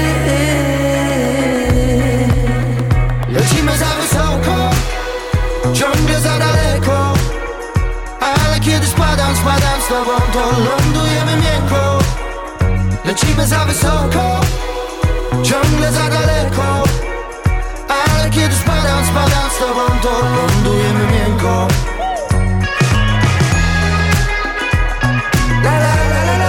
Lecimy za wysoko, ciągle za daleko. Ale kiedy spadam, spadam z tobą, to lądujemy miękko. Lecimy za wysoko, ciągle za daleko. Ale kiedy spadam, spadam z tobą, to lądujemy miękko. La, la, la.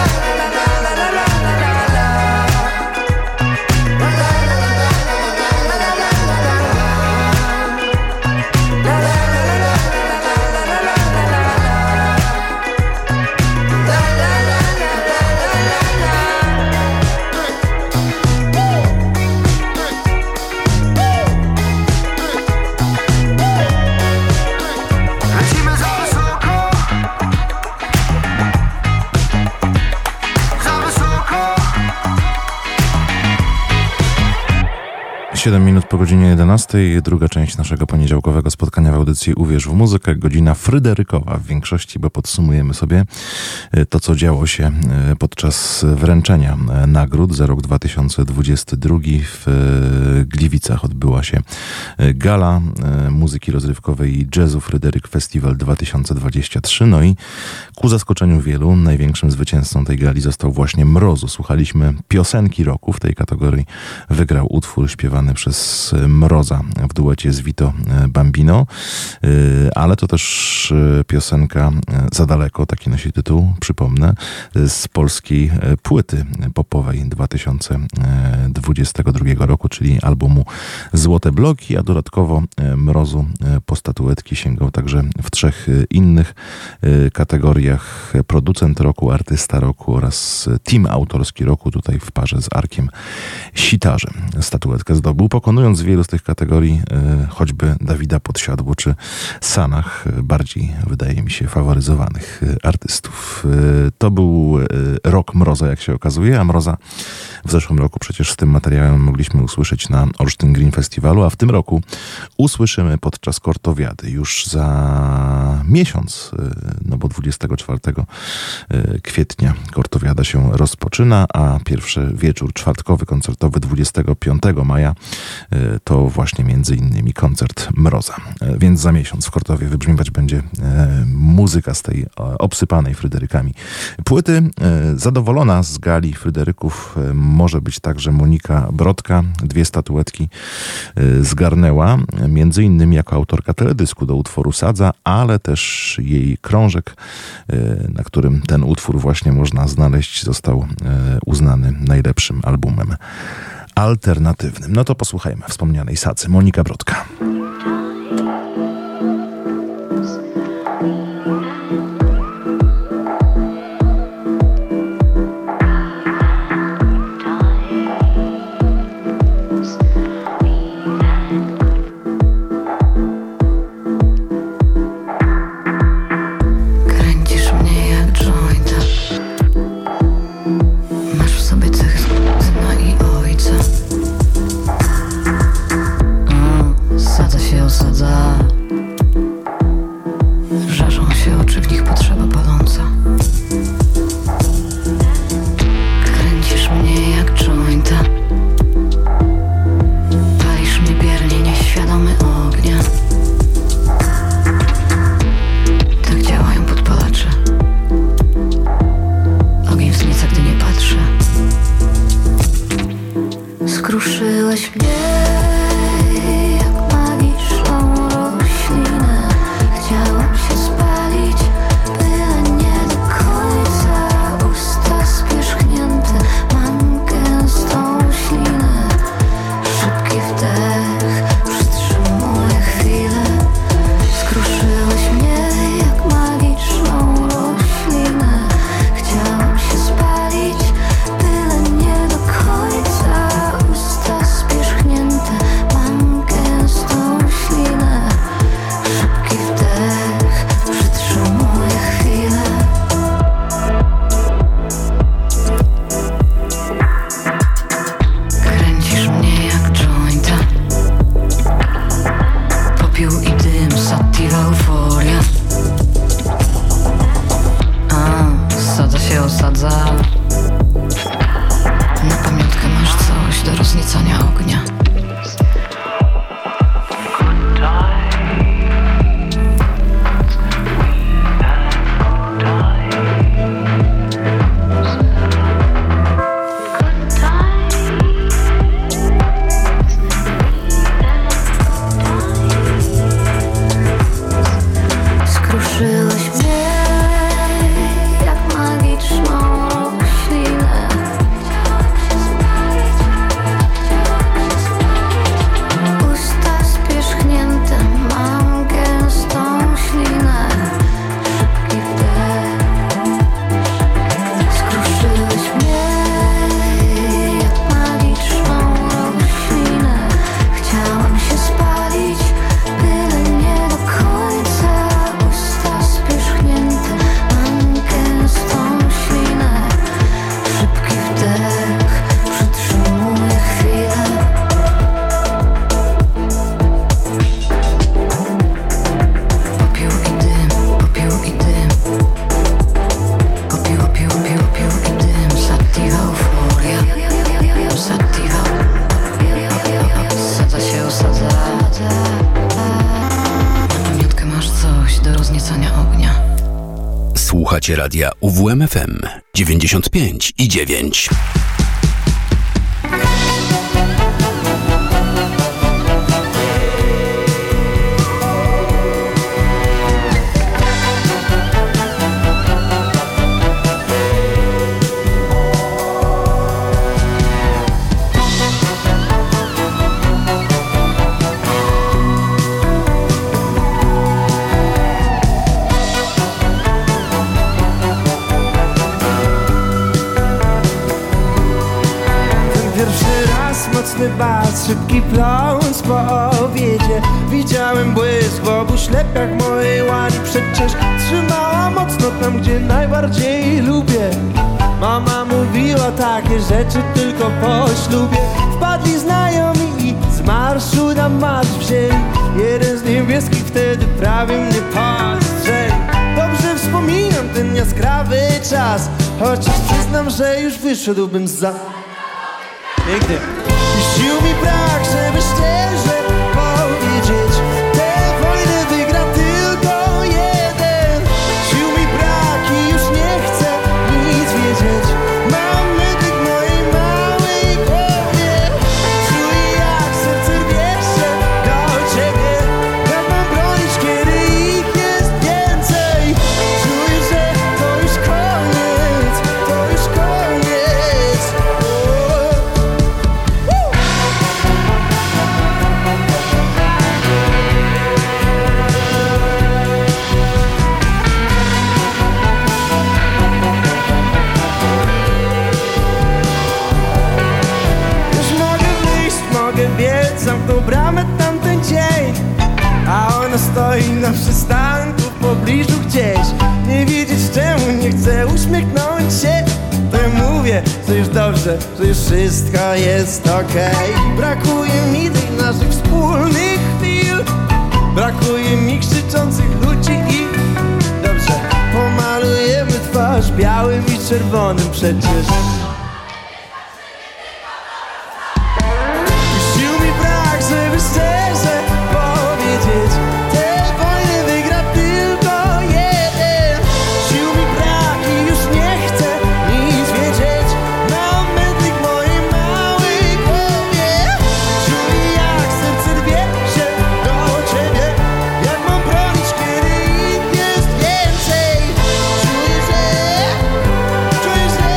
siedem minut po godzinie jedenastej, druga część naszego poniedziałkowego spotkania w audycji Uwierz w muzykę, godzina fryderykowa w większości, bo podsumujemy sobie to, co działo się podczas wręczenia nagród za rok dwa tysiące dwudziesty drugi. W Gliwicach odbyła się gala muzyki rozrywkowej i jazzu Fryderyk Festival dwa tysiące dwudziesty trzeci. No i ku zaskoczeniu wielu, największym zwycięzcą tej gali został właśnie Mrozu. Słuchaliśmy piosenki roku. W tej kategorii wygrał utwór śpiewany przez Mroza w duecie z Vito Bambino, ale to też piosenka Za daleko, taki nosi tytuł, przypomnę, z polskiej płyty popowej dwa tysiące dwudziestego drugiego roku, czyli albumu Złote Bloki, a dodatkowo Mrozu po statuetki sięgał także w trzech innych kategoriach: producent roku, artysta roku oraz team autorski roku, tutaj w parze z Arkiem Sitarzem. Statuetkę zdobył, pokonując w wielu z tych kategorii choćby Dawida Podsiadło czy Sanach, bardziej, wydaje mi się, faworyzowanych artystów. To był rok Mroza, jak się okazuje, a Mroza W zeszłym roku przecież z tym materiałem mogliśmy usłyszeć na Olsztyn Green Festiwalu, a w tym roku usłyszymy podczas Kortowiady już za miesiąc, no bo dwudziestego czwartego kwietnia Kortowiada się rozpoczyna, a pierwszy wieczór czwartkowy, koncertowy dwudziestego piątego maja to właśnie między innymi koncert Mroza. Więc za miesiąc w Kortowie wybrzmiewać będzie muzyka z tej obsypanej Fryderykami płyty. Zadowolona z gali Fryderyków może być także Monika Brodka. Dwie statuetki zgarnęła, między innymi jako autorka teledysku do utworu Sadza, ale też jej krążek, na którym ten utwór właśnie można znaleźć, został uznany najlepszym albumem alternatywnym. No to posłuchajmy wspomnianej Sadzy. Monika Brodka. Żarzą się oczy, w nich potrzeba paląca. Kręcisz mnie jak jointa. Palisz mnie biernie, nieświadomy ognia. Tak działają podpalacze. Ogień wznieca, gdy nie patrzę. Skruszyłeś mnie jak magiczną roślinę. Chciałam się spalić, byle nie do końca. Usta spierzchnięte, mam gęstą ślinę. Szybki wdech, przytrzymuję chwilę. Skruszyłeś mnie jak magiczną roślinę. Chciałam się spalić, byle nie do końca. Usta spierzchnięte, mam gęstą ślinę. Szybki wdech, przytrzymuję chwilę. Kręcisz mnie jak jointa. Popiół i dym, sativa, euforia. A, sadza się osadza. Na pamiątkę masz coś do rozniecania ognia. Skruszyłeś mnie jak magiczną roślinę. Usta spierzchnięte, mam gęstą ślinę. Szybki wdech. Skruszyłeś mnie jak magiczną roślinę. Chciałam się spalić, byle nie do końca. Usta spierzchnięte, mam gęstą ślinę. Szybki wdech, przytrzymuję chwilę. Popiół i dym, popiół i dym. Popiół, pił, pił, pił i dym. Sativa, euforia. Sativa. Sadza się osadza. Na pamiątkę masz coś do rozniecania ognia. Słuchacie radia U W M F M dziewięćdziesiąt pięć i dziewięć. Mocny bas, szybki pląs po obiedzie. Widziałem błysk w obu ślepiach mojej łani. Przecież trzymała mocno tam, gdzie najbardziej lubię. Mama mówiła, takie rzeczy tylko po ślubie. Wpadli znajomi i z marszu na marsz wzięli. Jeden z niebieskich wtedy prawie mnie postrzelił. Dobrze wspominam ten jaskrawy czas, chociaż przyznam, że już wyszedłbym za. Pięknie. I sił mi brak, żeby szczerze powiedzieć, tę wojnę wygra tylko jeden. Sił mi brak i już nie chcę nic wiedzieć. Mam medyk w mojej małej głowie. Czuję jak serce rwie się do ciebie. Jak mam bronić, kiedy ich jest więcej. Czuję, że to już koniec, to już koniec. Zamknął bramę tamten dzień, a ona stoi na przystanku w pobliżu gdzieś. Nie wiedzieć czemu nie chcę uśmiechnąć się, to ja mówię, że już dobrze, że już wszystko jest okej. Okay. Brakuje mi tych naszych wspólnych chwil, brakuje mi krzyczących ludzi i dobrze, pomalujemy twarz białym i czerwonym przecież. Żeby szczerze powiedzieć, tę wojnę wygra tylko jeden. Sił mi brak i już nie chcę nic wiedzieć. Mam mętlik w mojej małej głowie. Czuję jak serce rwie się do ciebie. Jak mam bronić, kiedy ich jest więcej. Czuję, że, czuję, że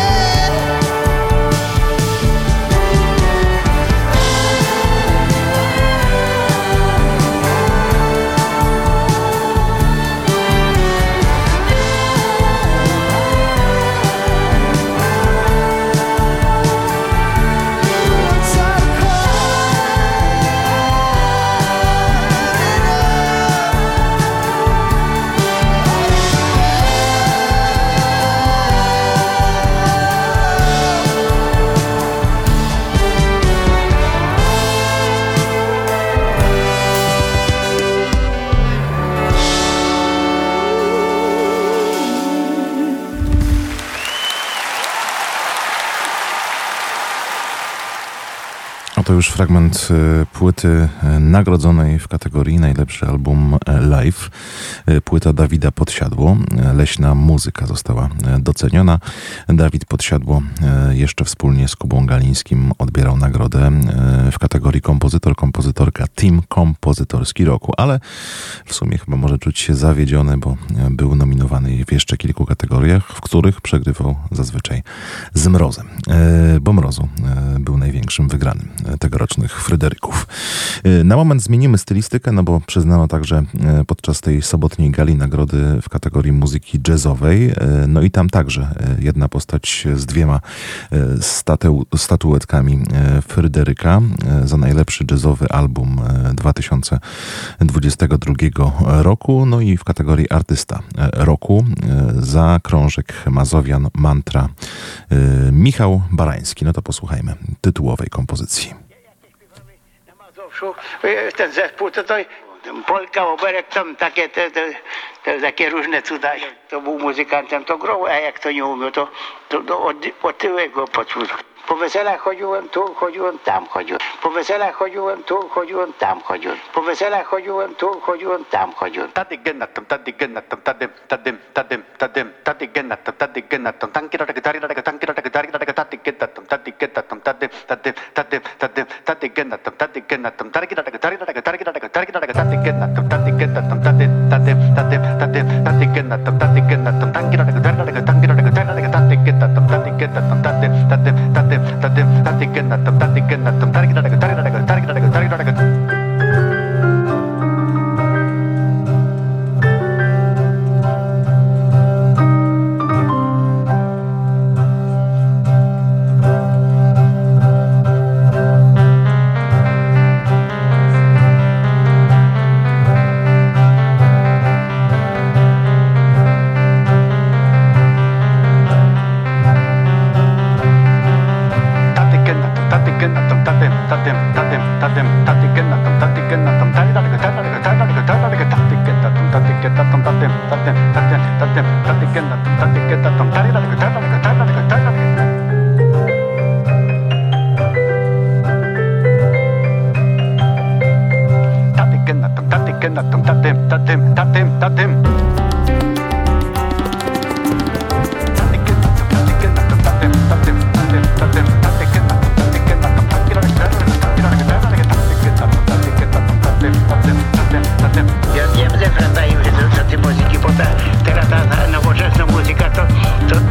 To już fragment płyty nagrodzonej w kategorii najlepszy album live. Płyta Dawida Podsiadło. Leśna muzyka została doceniona. Dawid Podsiadło jeszcze wspólnie z Kubą Galińskim odbierał nagrodę w kategorii kompozytor, kompozytorka, team kompozytorski roku, ale w sumie chyba może czuć się zawiedziony, bo był nominowany w jeszcze kilku kategoriach, w których przegrywał zazwyczaj z Mrozem, bo Mrozu był największym wygranym tegorocznych Fryderyków. Na moment zmienimy stylistykę, no bo przyznano także podczas tej sobotniej gali nagrody w kategorii muzyki jazzowej. No i tam także jedna postać z dwiema statu- statuetkami Fryderyka za najlepszy jazzowy album dwa tysiące dwudziestego drugiego roku. No i w kategorii artysta roku za krążek Mazowian Mantra Michał Barański. No to posłuchajmy tytułowej kompozycji. Ten zespół to, to Polka, Oberek, tam takie, te, te, te, takie różne cuda. To był muzykantem, to grał, a jak to nie umiał, to, to, to od, od tyłego poczuł. Po weselach chodziłem tu, chodziłem tam, chodziłem. Po weselach chodziłem tu, chodziłem tam, chodziłem. Po weselach chodziłem tu, chodziłem tam, chodziłem. Tady genatom, tady genatom, tadym, tadym, tadym, tadym, tady genatom, tady genatom, tanki raga, tari raga, tanki raga, tari raga, tady genatom, tady genatom, tadym, tadym, tadym, tadym, tady genatom, tady genatom, tari raga, tari raga, tari raga, tari raga, tady genatom, tady genatom, tadym, tadym, tadym, tadym, tady genatom, tady genatom, tanki raga, tari raga, tanki raga, tari raga, tady genatom, tady genatom, tadym, tadym, tadym, tadym, tady genatom, tady genatom, tari raga, tari raga, tari raga, tari raga. Ja nie będę wracał do tej muzyki, bo ta, teraz ta nowoczesna muzyka to, to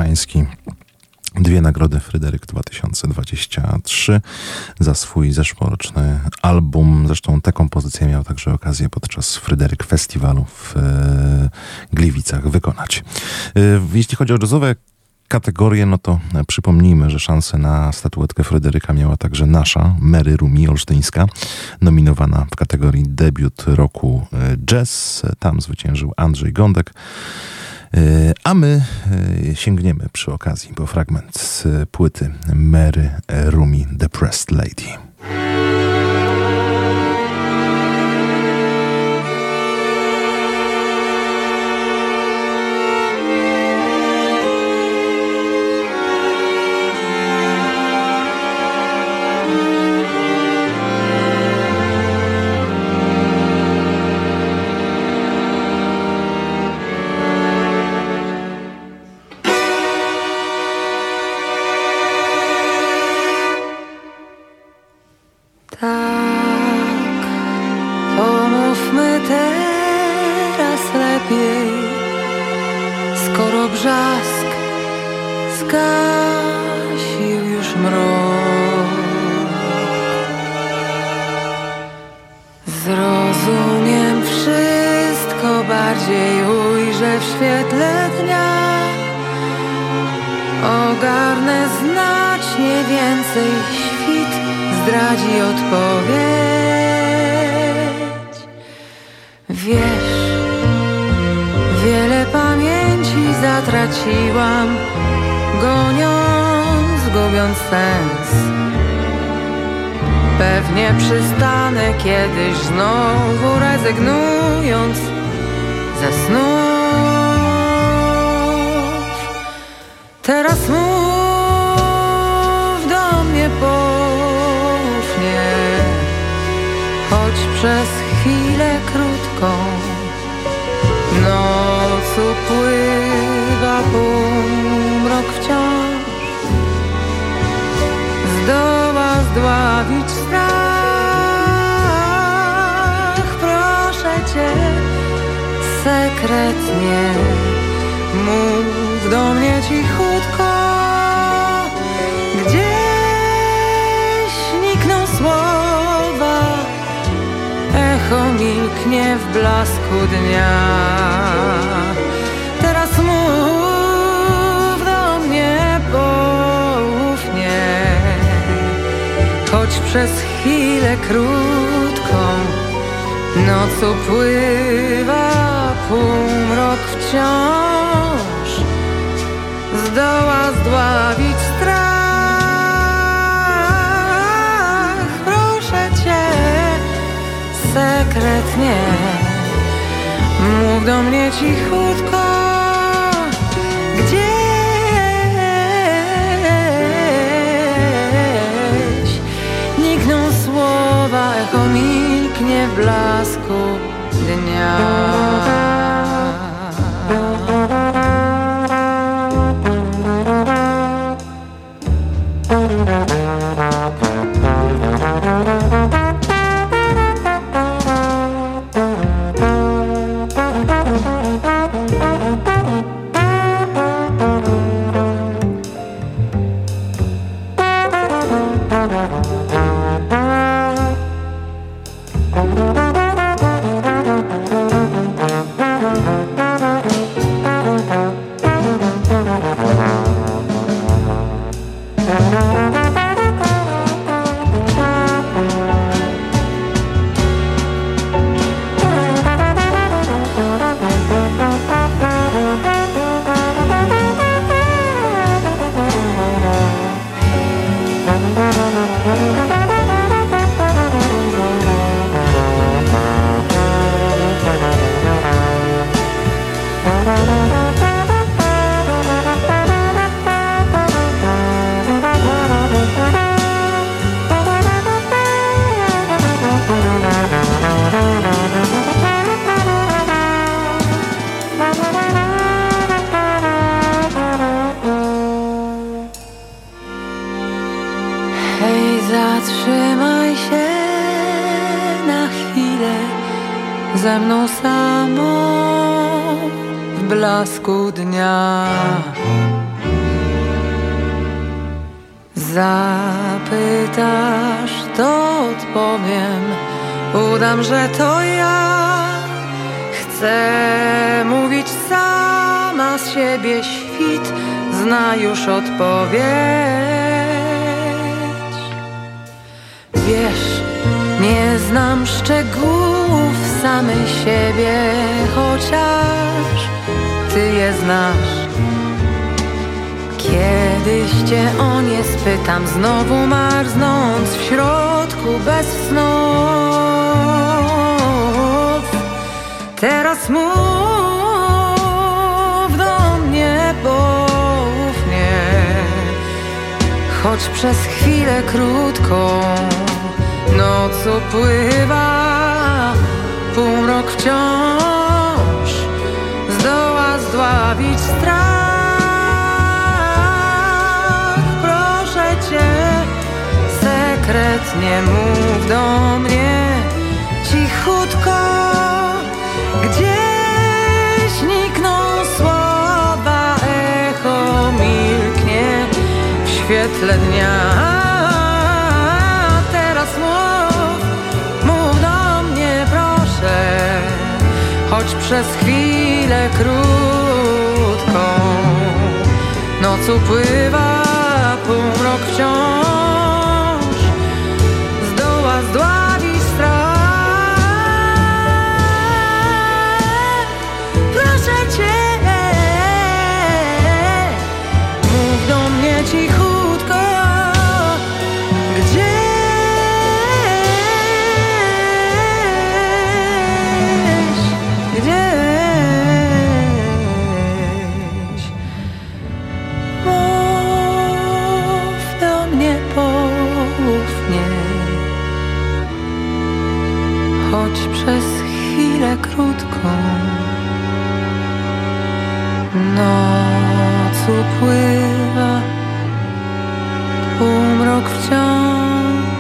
amerykański. Dwie nagrody Fryderyk dwa tysiące dwudziesty trzeci za swój zeszłoroczny album. Zresztą tę kompozycję miał także okazję podczas Fryderyk Festiwalu w e, Gliwicach wykonać. E, jeśli chodzi o jazzowe kategorie, no to przypomnijmy, że szansę na statuetkę Fryderyka miała także nasza Mary Rumi olsztyńska, nominowana w kategorii debiut roku jazz. Tam zwyciężył Andrzej Gądek. A my sięgniemy przy okazji po fragment z płyty Mary Rumi Depressed Lady. Zatrzymaj się na chwilę ze mną samą w blasku dnia. Zapytasz, to odpowiem, udam, że to ja. Chcę mówić sama z siebie, świt zna już odpowiedź. Wiesz, nie znam szczegółów samej siebie, chociaż ty je znasz. Kiedyś cię o nie spytam, znowu marznąc w środku bez snów. Teraz mów do mnie poufnie, choć przez chwilę krótką. Noc upływa, półmrok wciąż zdoła zdławić strach. Sekretnie mów do mnie cichutko, gdzieś nikną słowa, echo milknie w świetle dnia. Teraz mów, mów do mnie proszę, choć przez chwilę krótką. Noc upływa, półmrok wciąż zdławi strach. Proszę cię, mów do mnie cichutko, gdzieś, gdzieś. Mów do mnie poufnie, choć przez chwilę krótką. Noc upływa, półmrok wciąż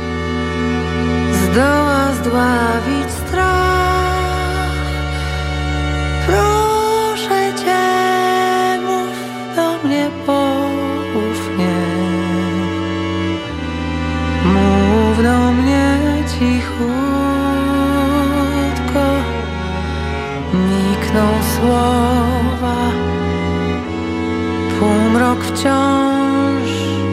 zdoła zdławić strach. Proszę cię, mów do mnie poufnie, mów do mnie cichutko. Nikną słowa, półmrok wciąż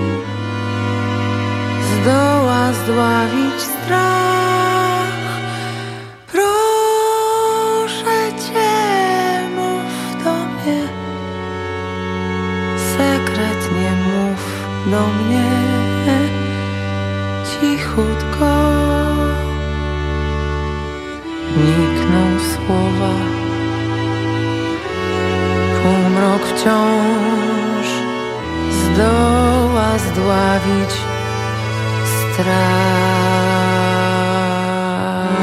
zdoła zdławić strach. Proszę cię, mów do mnie, sekretnie mów do mnie cichutko. Nikną słowa, półmrok wciąż zdoła zdławić strach.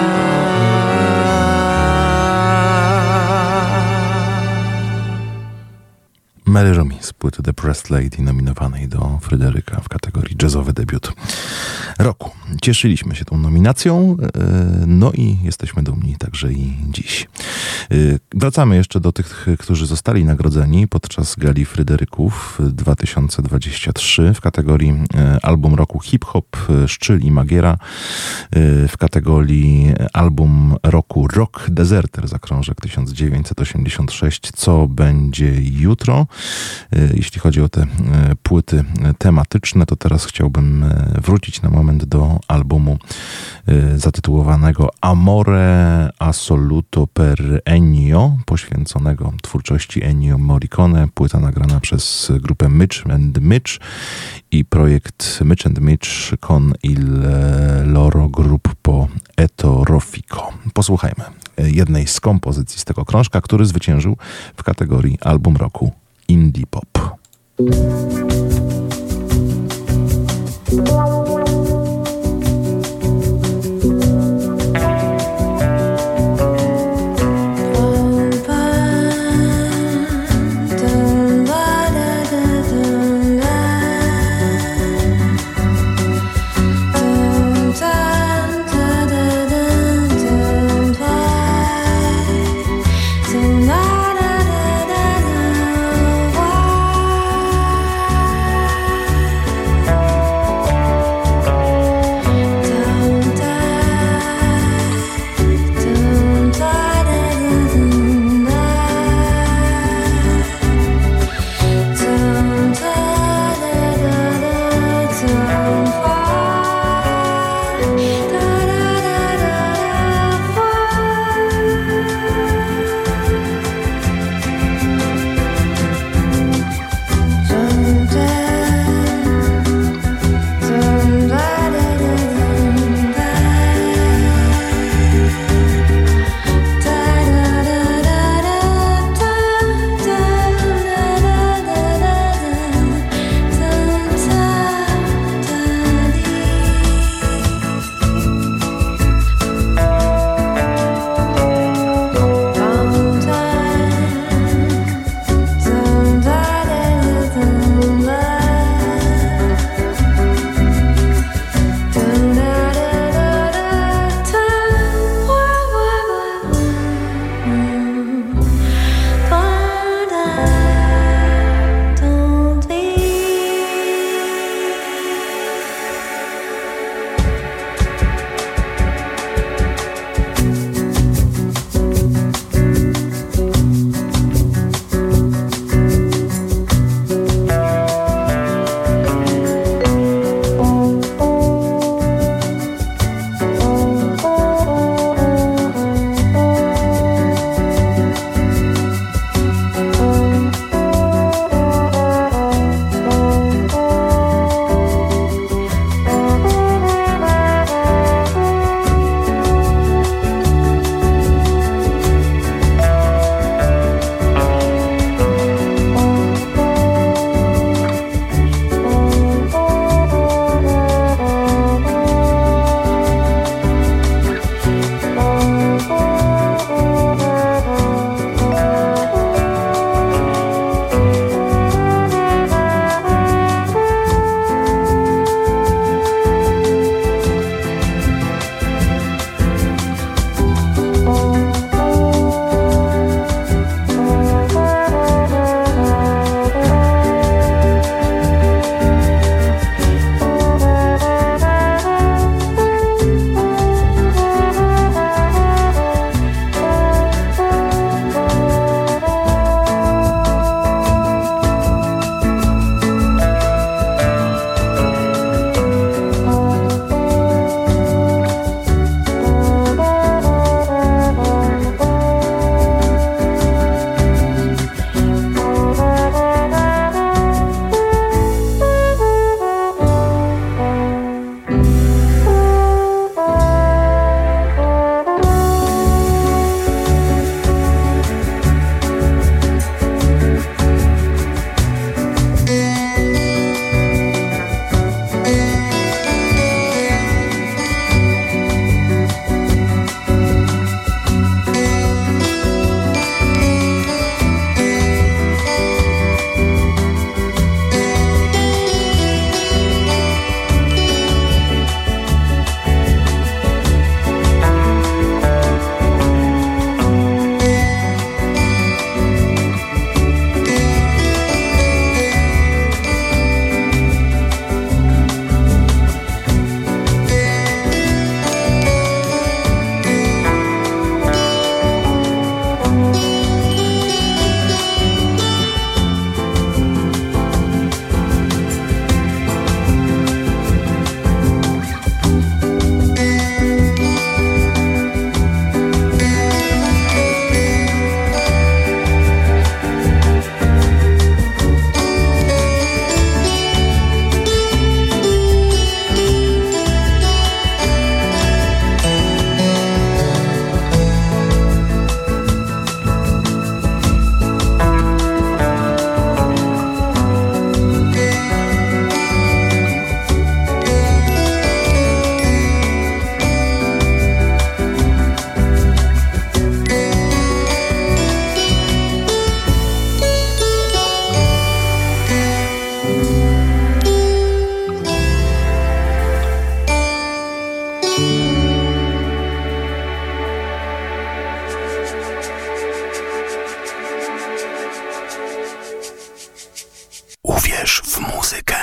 Mary Romy z płyty The Pressed Lady, nominowanej do Fryderyka w kategorii jazzowy debiut roku. Cieszyliśmy się tą nominacją, no i jesteśmy dumni także i dziś. Wracamy jeszcze do tych, którzy zostali nagrodzeni podczas gali Fryderyków dwa tysiące dwudziesty trzeci w kategorii album roku hip-hop Szczyl i Magiera, w kategorii album roku Rock Deserter Zakrążek tysiąc dziewięćset osiemdziesiąt sześć Co będzie jutro. Jeśli chodzi o te płyty tematyczne, to teraz chciałbym wrócić na moment do albumu zatytułowanego Amore Assoluto per Ennio, poświęconego twórczości Ennio Morricone. Płyta nagrana przez grupę Mitch and Mitch i projekt Mitch and Mitch con il loro gruppo Etorofico. Posłuchajmy jednej z kompozycji z tego krążka, który zwyciężył w kategorii album roku Indie Pop. Why? Uwierz w muzykę.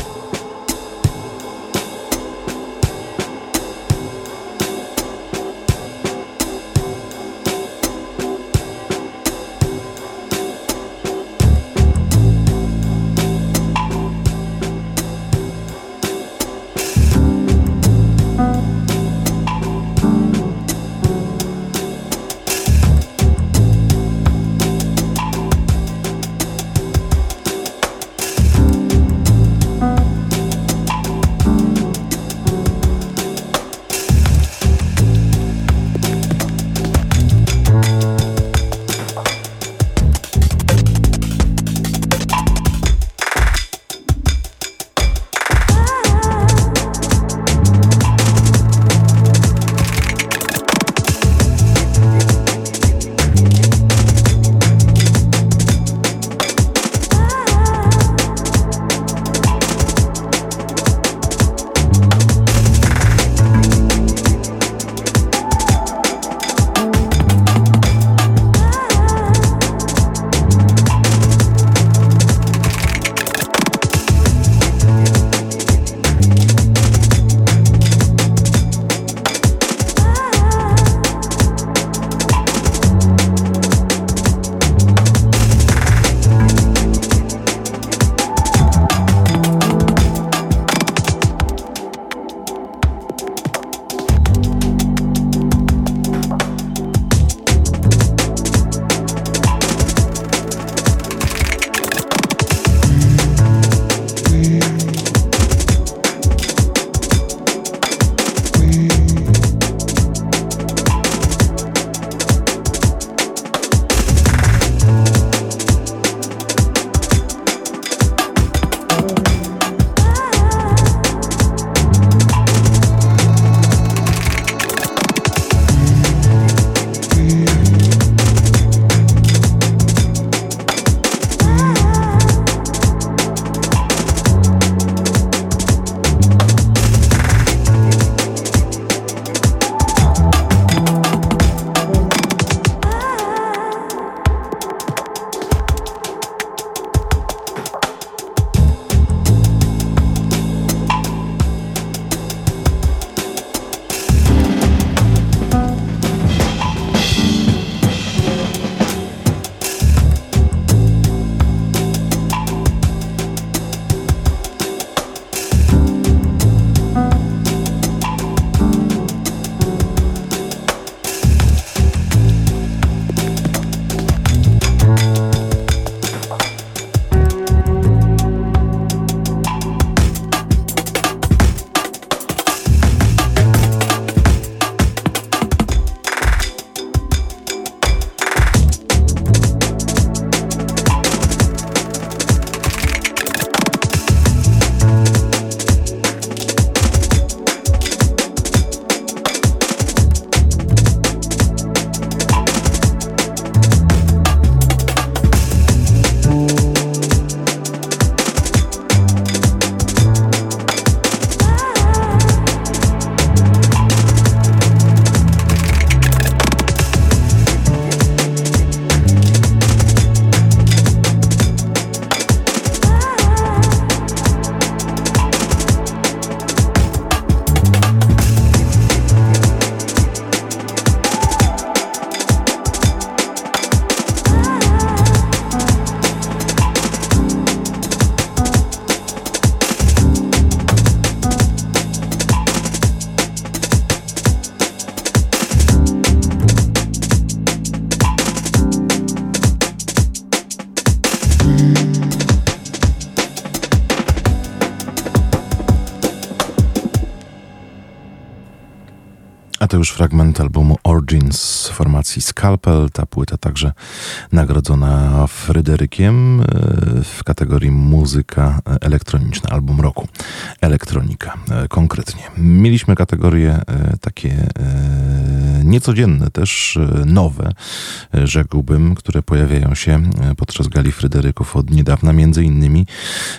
A to już fragment albumu Origins formacji Scalpel. Ta płyta także nagrodzona Fryderykiem w kategorii muzyka elektroniczna, album roku. Elektronika konkretnie. Mieliśmy kategorie takie niecodzienne, też nowe, rzekłbym, które pojawiają się podczas gali Fryderyków od niedawna. Między innymi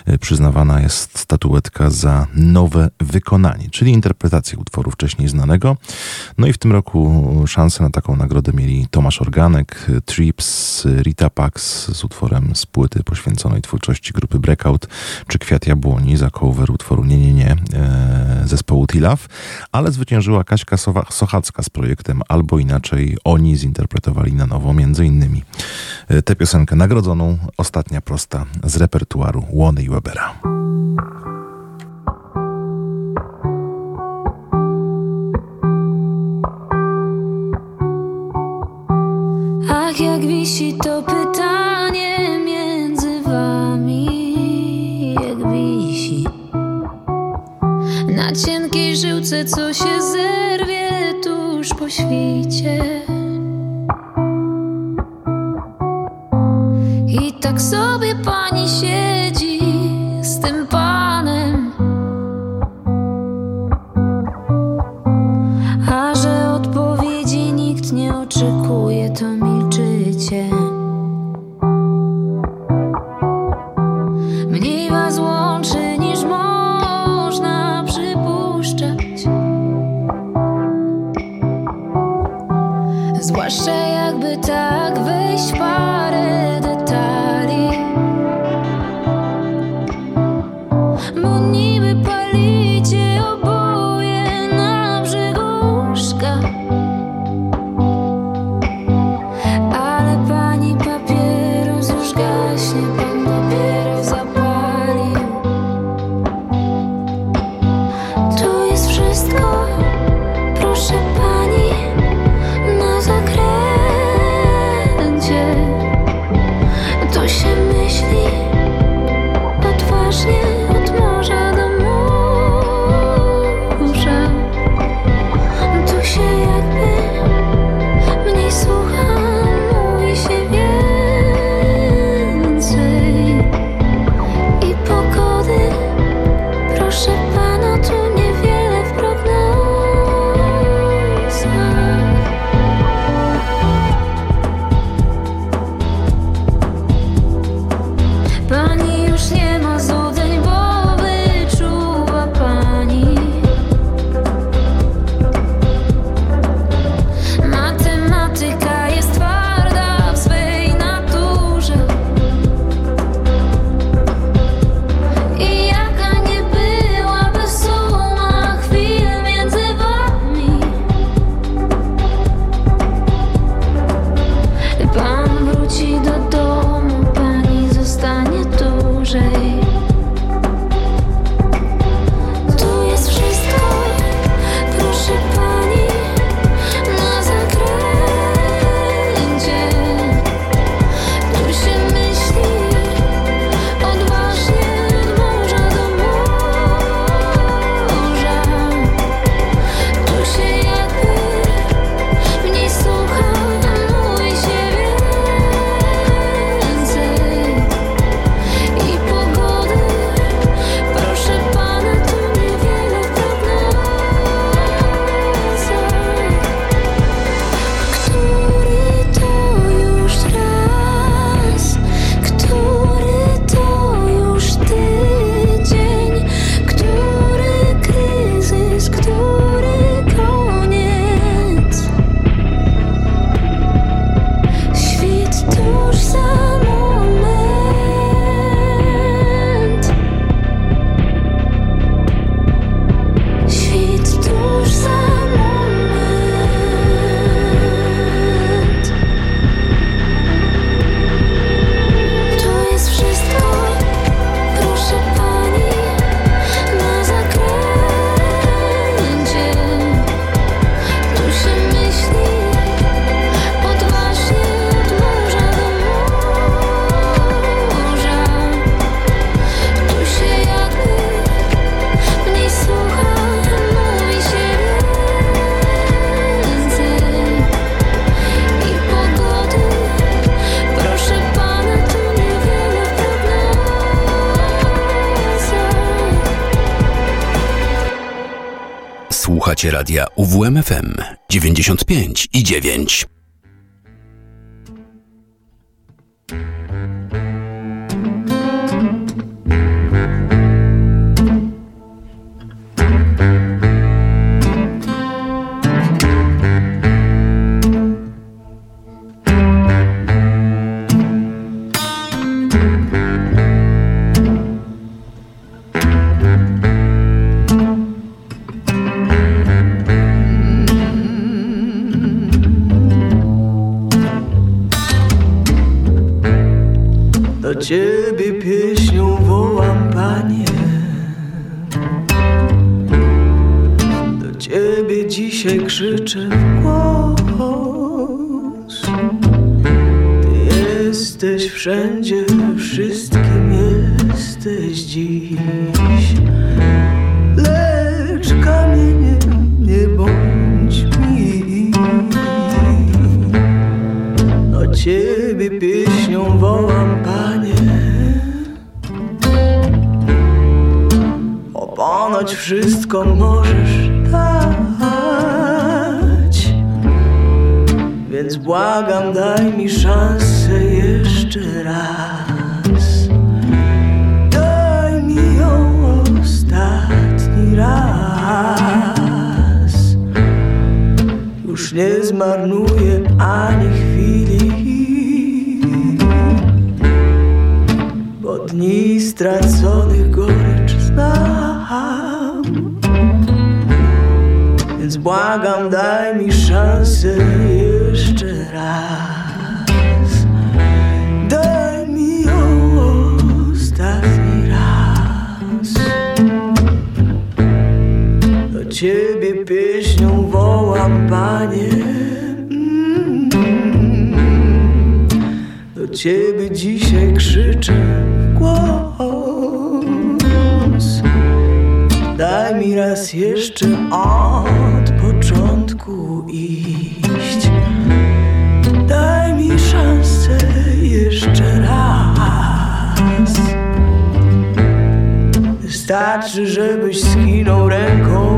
przyznawana jest statuetka za nowe wykonanie, czyli interpretację utworu wcześniej znanego. No i w tym roku szansę na taką nagrodę mieli Tomasz Organek, Trips, Rita Pax z utworem z płyty poświęconej twórczości grupy Breakout, czy Kwiat Jabłoni za cover utworu Nie, nie, nie zespołu T-Love, ale zwyciężyła Kaśka Sochacka z projektem Albo Inaczej. Oni zinterpretowali na nowo między innymi tę piosenkę nagrodzoną Ostatnia prosta z repertuaru Łony i Webera. Ach, jak wisi to pytanie między wami, jak wisi na cienkiej żyłce, co się zerwie tuż po świcie. I tak sobie pani siedzi z tym panem, a że odpowiedzi nikt nie oczekuje, to milczycie. Mniej was łączy niż można przypuszczać, zwłaszcza jakby tak wejść w parę detali, bo niby palicie oboje na brzegu łóżka, ale pani papieros już gaśnie, pan dopiero zapalił. To jest wszystko, proszę pani, na zakręcie. To się myśli odważnie od morza do morza. Tu się jakby mniej słucha, mówi się więcej. I pogody, proszę pana, tu niewiele w prognozach. Pani już nie ma złudzeń, bo wyczuwa pani. Matematyka jest twarda w swej naturze. I jaka nie byłaby suma chwil między wami, pan wróci do domu, pani zostanie dłużej. Tu jest wszystko, proszę pani, na zakręcie. Tu się myśli odważnie od morza do morza. Tu się jakby mniej słucha, a mówi się więcej. I pogody, proszę pana, tu niewiele w prognozach. Który to już raz, który to już tydzień, który kryzys, który koniec. Świt tuż za moment. Świt tuż za moment. Tu jest wszystko, proszę pani, na zakręcie. Tu się myśli odważnie od morza do morza. Tu się jakby mniej słucha, mówi się więcej. I pogody, proszę pana, tu niewiele w prognozach. Słuchacie radia U W M F M dziewięćdziesiąt pięć i dziewięć. Do Ciebie pieśnią wołam, Panie. Do Ciebie dzisiaj krzyczę w głos. Ty jesteś wszędzie, wszystkim jesteś dziś. Lecz kamieniem nie bądź mi. Do Ciebie pieśnią wołam, Panie. O ponoć wszystko możesz dać, więc błagam, daj mi szansę jeszcze raz. Daj mi ją ostatni raz. Już nie zmarnuję ani chwili, bo dni straconych gorycz znam. Więc błagam, daj mi szansę jeszcze raz. Daj mi ją ostatni raz. Do Ciebie pieśnią wołam, Panie. Mm. Do Ciebie dzisiaj krzyczę w głos. Daj mi raz jeszcze od początku iść. Daj mi szansę jeszcze raz. Wystarczy, żebyś skinął ręką.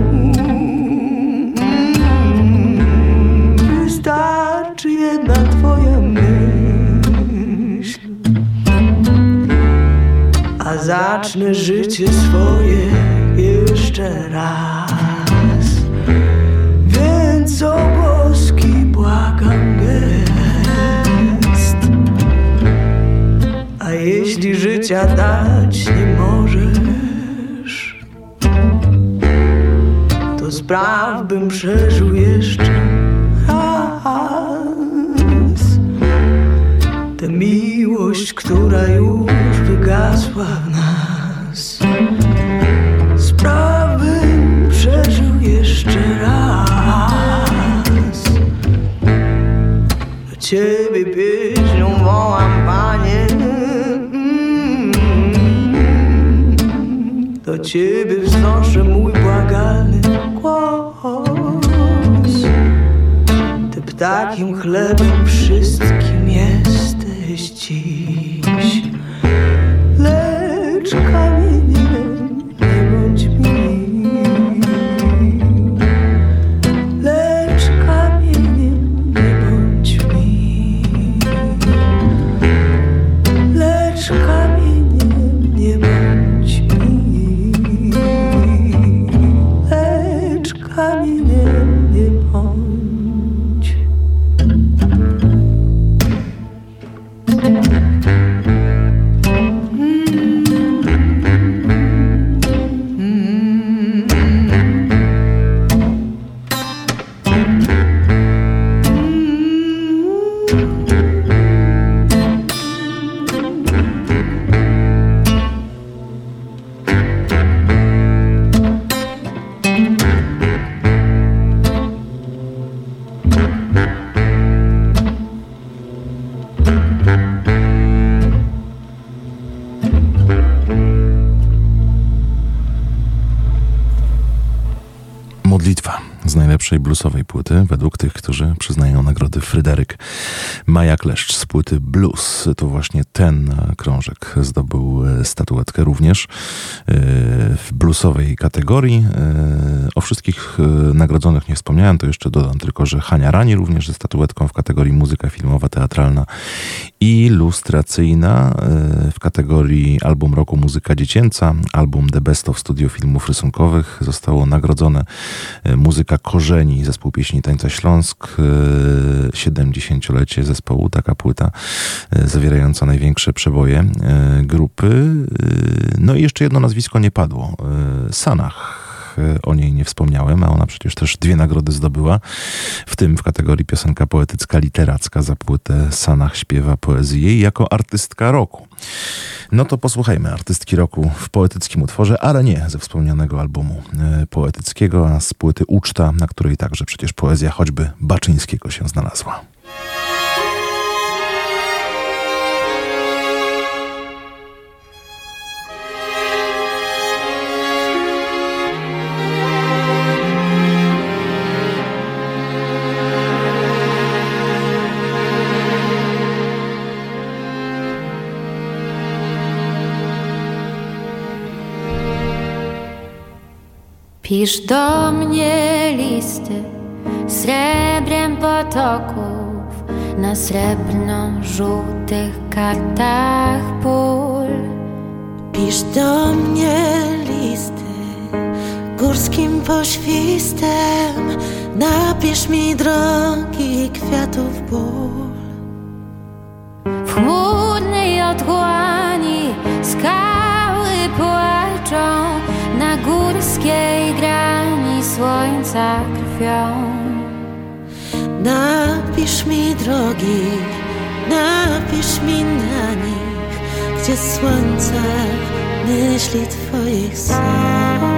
Wystarczy jedna Twoja myśl, a zacznę życie swoje jeszcze raz. Więc o boski błagam gest, a jeśli życia dać nie możesz, to spraw, bym przeżył jeszcze raz tę miłość, która już wygasła w nas. Spraw, bym przeżył jeszcze raz. Do Ciebie pieśnią wołam, Panie. Do Ciebie wznoszę mój błagalny głos. Ty ptakiem chlebem wszystkim jesteś dziś. Lecz kamieniem nie bądź mi. Lecz kamieniem nie bądź mi. Lecz kamieniem nie bądź mi. Lecz kamieniem nie bądź. Modlitwa z najlepszej bluesowej płyty, według tych, którzy przyznają nagrody Fryderyk Maja Kleszcz z płyty Blues. To właśnie ten krążek zdobył statuetkę również w bluesowej kategorii. O wszystkich nagrodzonych nie wspomniałem, to jeszcze dodam tylko, że Hania Rani również ze statuetką w kategorii muzyka filmowa, teatralna i ilustracyjna, w kategorii album roku muzyka dziecięca, album The Best of Studio Filmów Rysunkowych zostało nagrodzone muzyka Korzeni, zespół pieśni Tańca Śląsk, siedemdziesięciolecie zespołu, taka płyta zawierająca największe przeboje grupy. No i jeszcze jedno nazwisko nie padło, Sanach. o niej nie wspomniałem, a ona przecież też dwie nagrody zdobyła, w tym w kategorii piosenka poetycka literacka za płytę Sanach śpiewa poezję i jako artystka roku. No to posłuchajmy artystki roku w poetyckim utworze, ale nie ze wspomnianego albumu poetyckiego, a z płyty Uczta, na której także przecież poezja choćby Baczyńskiego się znalazła. Pisz do mnie listy srebrem potoków na srebrno-żółtych kartach pól. Pisz do mnie listy górskim poświstem, napisz mi drogi kwiatów ból. W chmurnej otchłani skały płaczą, na górskiej grani słońca krwią. Napisz mi drogi, napisz mi na nich, gdzie słońce myśli twoich są.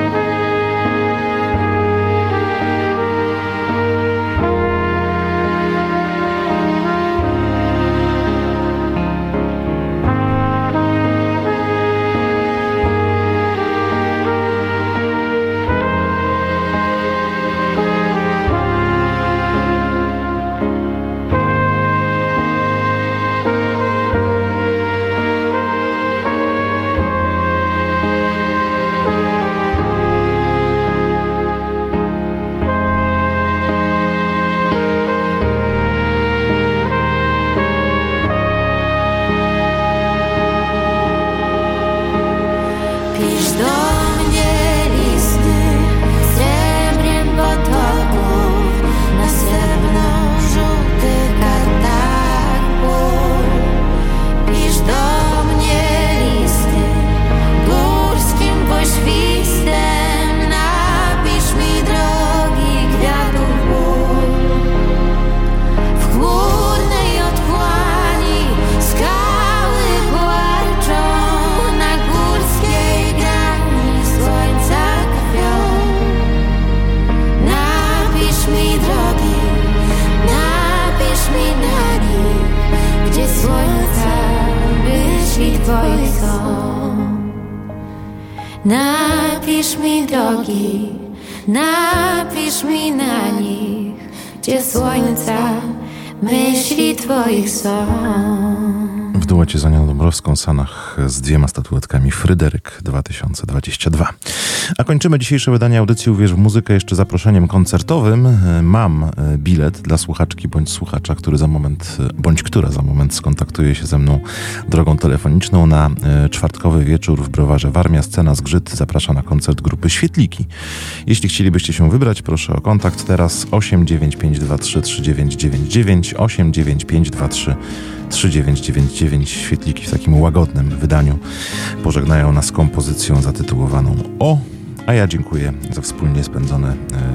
Napisz mi drogi, napisz mi na nich, gdzie słońca myśli twoich są. W duecie z Anią Dąbrowską Sanach z dwiema statuetkami Fryderyk dwa tysiące dwadzieścia dwa. A kończymy dzisiejsze wydanie audycji Uwierz w muzykę jeszcze zaproszeniem koncertowym. Mam bilet dla słuchaczki bądź słuchacza, który za moment, bądź która za moment skontaktuje się ze mną drogą telefoniczną na czwartkowy wieczór w Browarze Warmia. Scena Zgrzyt zaprasza na koncert grupy Świetliki. Jeśli chcielibyście się wybrać, proszę o kontakt teraz osiem dziewięć pięć dwa trzy trzy dziewięć dziewięć dziewięć, osiem dziewięć pięć dwa trzy trzy dziewięć dziewięć dziewięć. Świetliki w takim łagodnym wydaniu pożegnają nas kompozycją zatytułowaną O, a ja dziękuję za wspólnie spędzone e,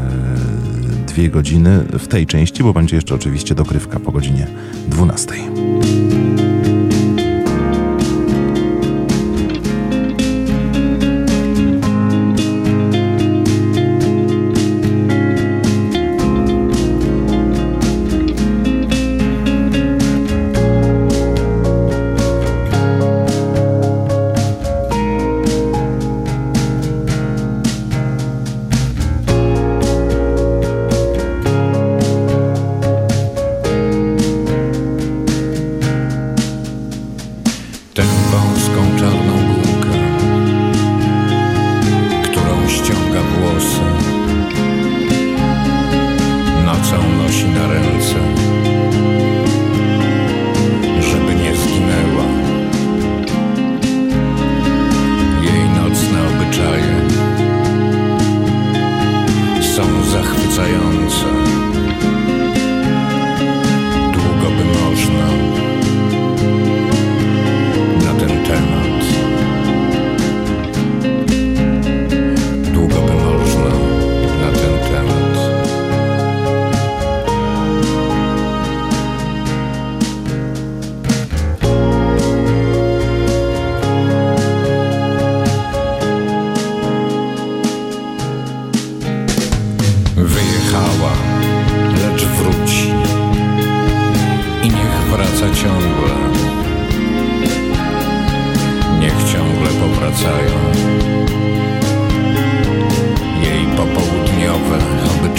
dwie godziny w tej części, bo będzie jeszcze oczywiście dokrywka po godzinie dwunastej.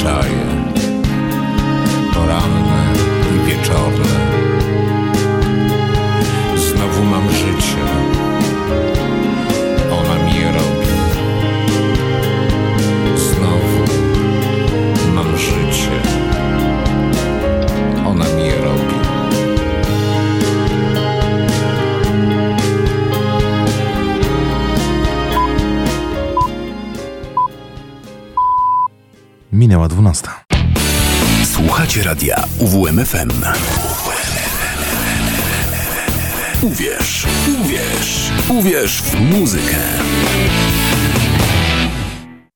zwyczaje poranne i wieczorne. Znowu mam życie, ona mi je robi. Znowu mam życie, ona mi je robi. Minęła dwunasta. Słuchacie radia U W M F M. Uwierz, uwierz, uwierz w muzykę.